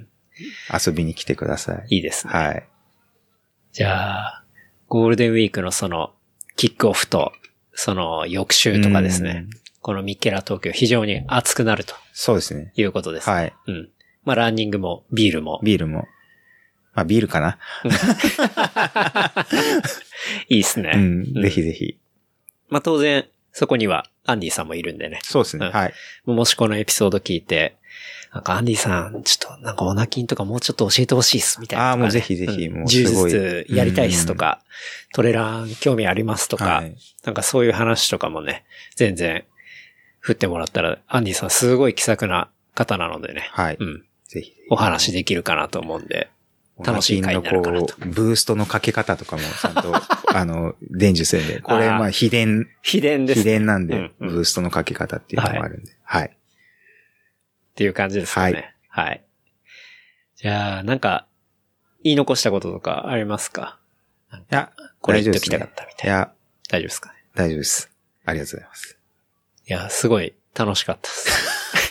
遊びに来てください。 いいですね。 はい。 じゃあ、ゴールデンウィークのその、キックオフと、その翌週とかですね。このミッケラ東京非常に熱くなると。 そうですね。 いうことですね。 はい。 うん。まあランニングもビールも。 ビールも。まあビールかな。 いいですね、 うん。ぜひぜひ。 まあ当然、そこにはアンディさんもいるんでね。 そうですね。うん、はい。 もしこのエピソード聞いて、なんかアンディさん、ちょっとなんかオナキンとかもうちょっと教えてほしいっすみたいな、ね。 ああ、もうぜひぜひ、もうすごい。柔術やりたいっすとか、トレラン興味ありますとか、はい、なんかそういう話とかもね、全然振ってもらったら、アンディさんすごい気さくな方なのでね。 はい。 うん。 ぜひ。 お話できるかなと思うんで、楽しい回になるかなと。 ブーストのかけ方とかもちゃんと、あの、伝授するんで、これまあ秘伝。 秘伝です、ね。 秘伝なんで、うんうん、ブーストのかけ方っていうのもあるんで。はい。はい、 っていう感じですかね。はい。はい。じゃあ、なんか、言い残したこととかありますか？ いや、 これ言っときたかったみたいな。 いや、 大丈夫ですかね？ 大丈夫です。ありがとうございます。 いや、すごい楽しかったです。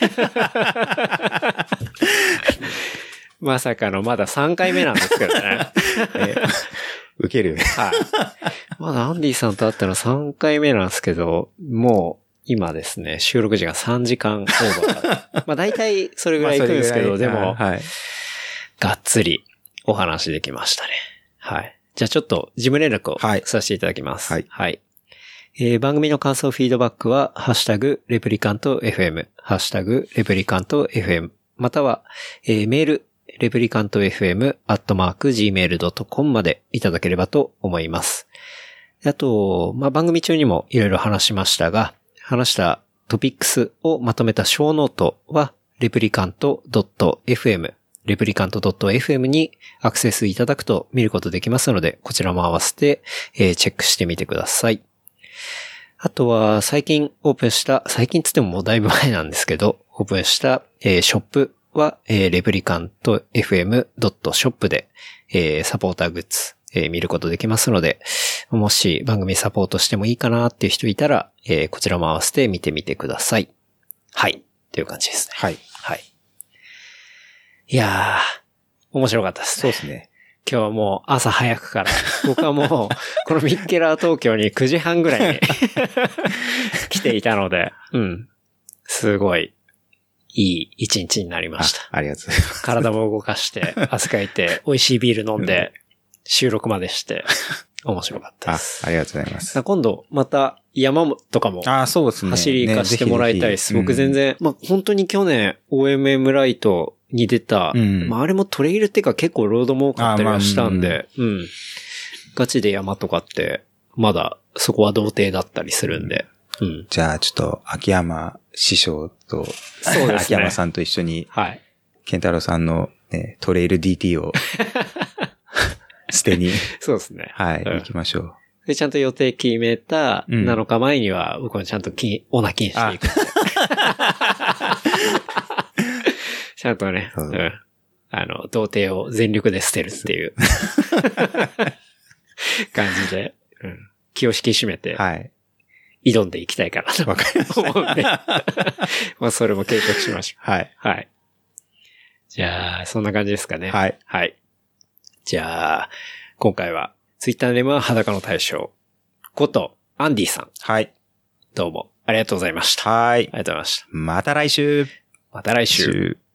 まさかのまださんかいめなんですけどね。 え受ける。 はい。まだアンディさんと会ったのさんかいめなんですけど、もう今ですね、収録時間さんじかんオーバー。まあ大体それぐらい行くんですけど、でも、はい、がっつりお話できましたね。はい。じゃあちょっと事務連絡をさせていただきます。 はい。 はい。えー、番組の感想フィードバックは、ハッシュタグ、レプリカント エフエム、ハッシュタグ、レプリカント エフエム、または、えー、メール、レプリカント エフエム アットマーク ジーメール ドットコム までいただければと思います。あと、まあ、番組中にもいろいろ話しましたが、話したトピックスをまとめた小ノートは、レプリカント ドット エフエム、レプリカント ドット エフエム にアクセスいただくと見ることできますので、こちらも合わせて、えー、チェックしてみてください。あとは、最近オープンした、最近つってももうだいぶ前なんですけど、オープンした、えー、ショップは、えー、レプリカント エフエム ドット ショップ で、えー、サポーターグッズ、えー、見ることできますので、もし番組サポートしてもいいかなっていう人いたら、えー、こちらも合わせて見てみてください。はい。っていう感じですね。 はい。 はい。いやー、面白かったですね。 そうですね。 今日はもう朝早くから、僕はもう、このミッケラー東京にくじはんぐらいに来ていたので、うん。すごい、いい一日になりました。 あ、ありがとうございます。 体も動かして、汗かいて、美味しいビール飲んで、収録までして、面白かったです。 あ、ありがとうございます。 今度、また山とかも、 あ、そうですね。 走り行かしてもらいたいです。ね、僕全然、うん、まあ、本当に去年、オーエムエム ライト、に出た、うん、まああれもトレイルっていうか結構ロードも多かったりはしたんで、まあ、うん。ガチで山とかって、まだそこは童貞だったりするんで、うん。 じゃあちょっと秋山師匠と、そうですね。秋山さんと一緒に、はい。健太郎さんの、ね、トレイル ディーティー を捨てに、 そうですね。 はい、うん、行きましょう。 で、ちゃんと予定決めたなのかまえには、僕はちゃんと金、オナ金していく。ちゃんとね、うん、あの、童貞を全力で捨てるっていう感じで、うん、気を引き締めて、はい、挑んでいきたいかなと思うんで、まあそれも計画しましょう。 はい。 はい。じゃあ、そんな感じですかね。 はい。 はい。じゃあ、今回は、ツイッターネームは裸の大将ことアンディさん。 はい。 どうもありがとうございました。 はい。 ありがとうございました。 また来週。 また来週。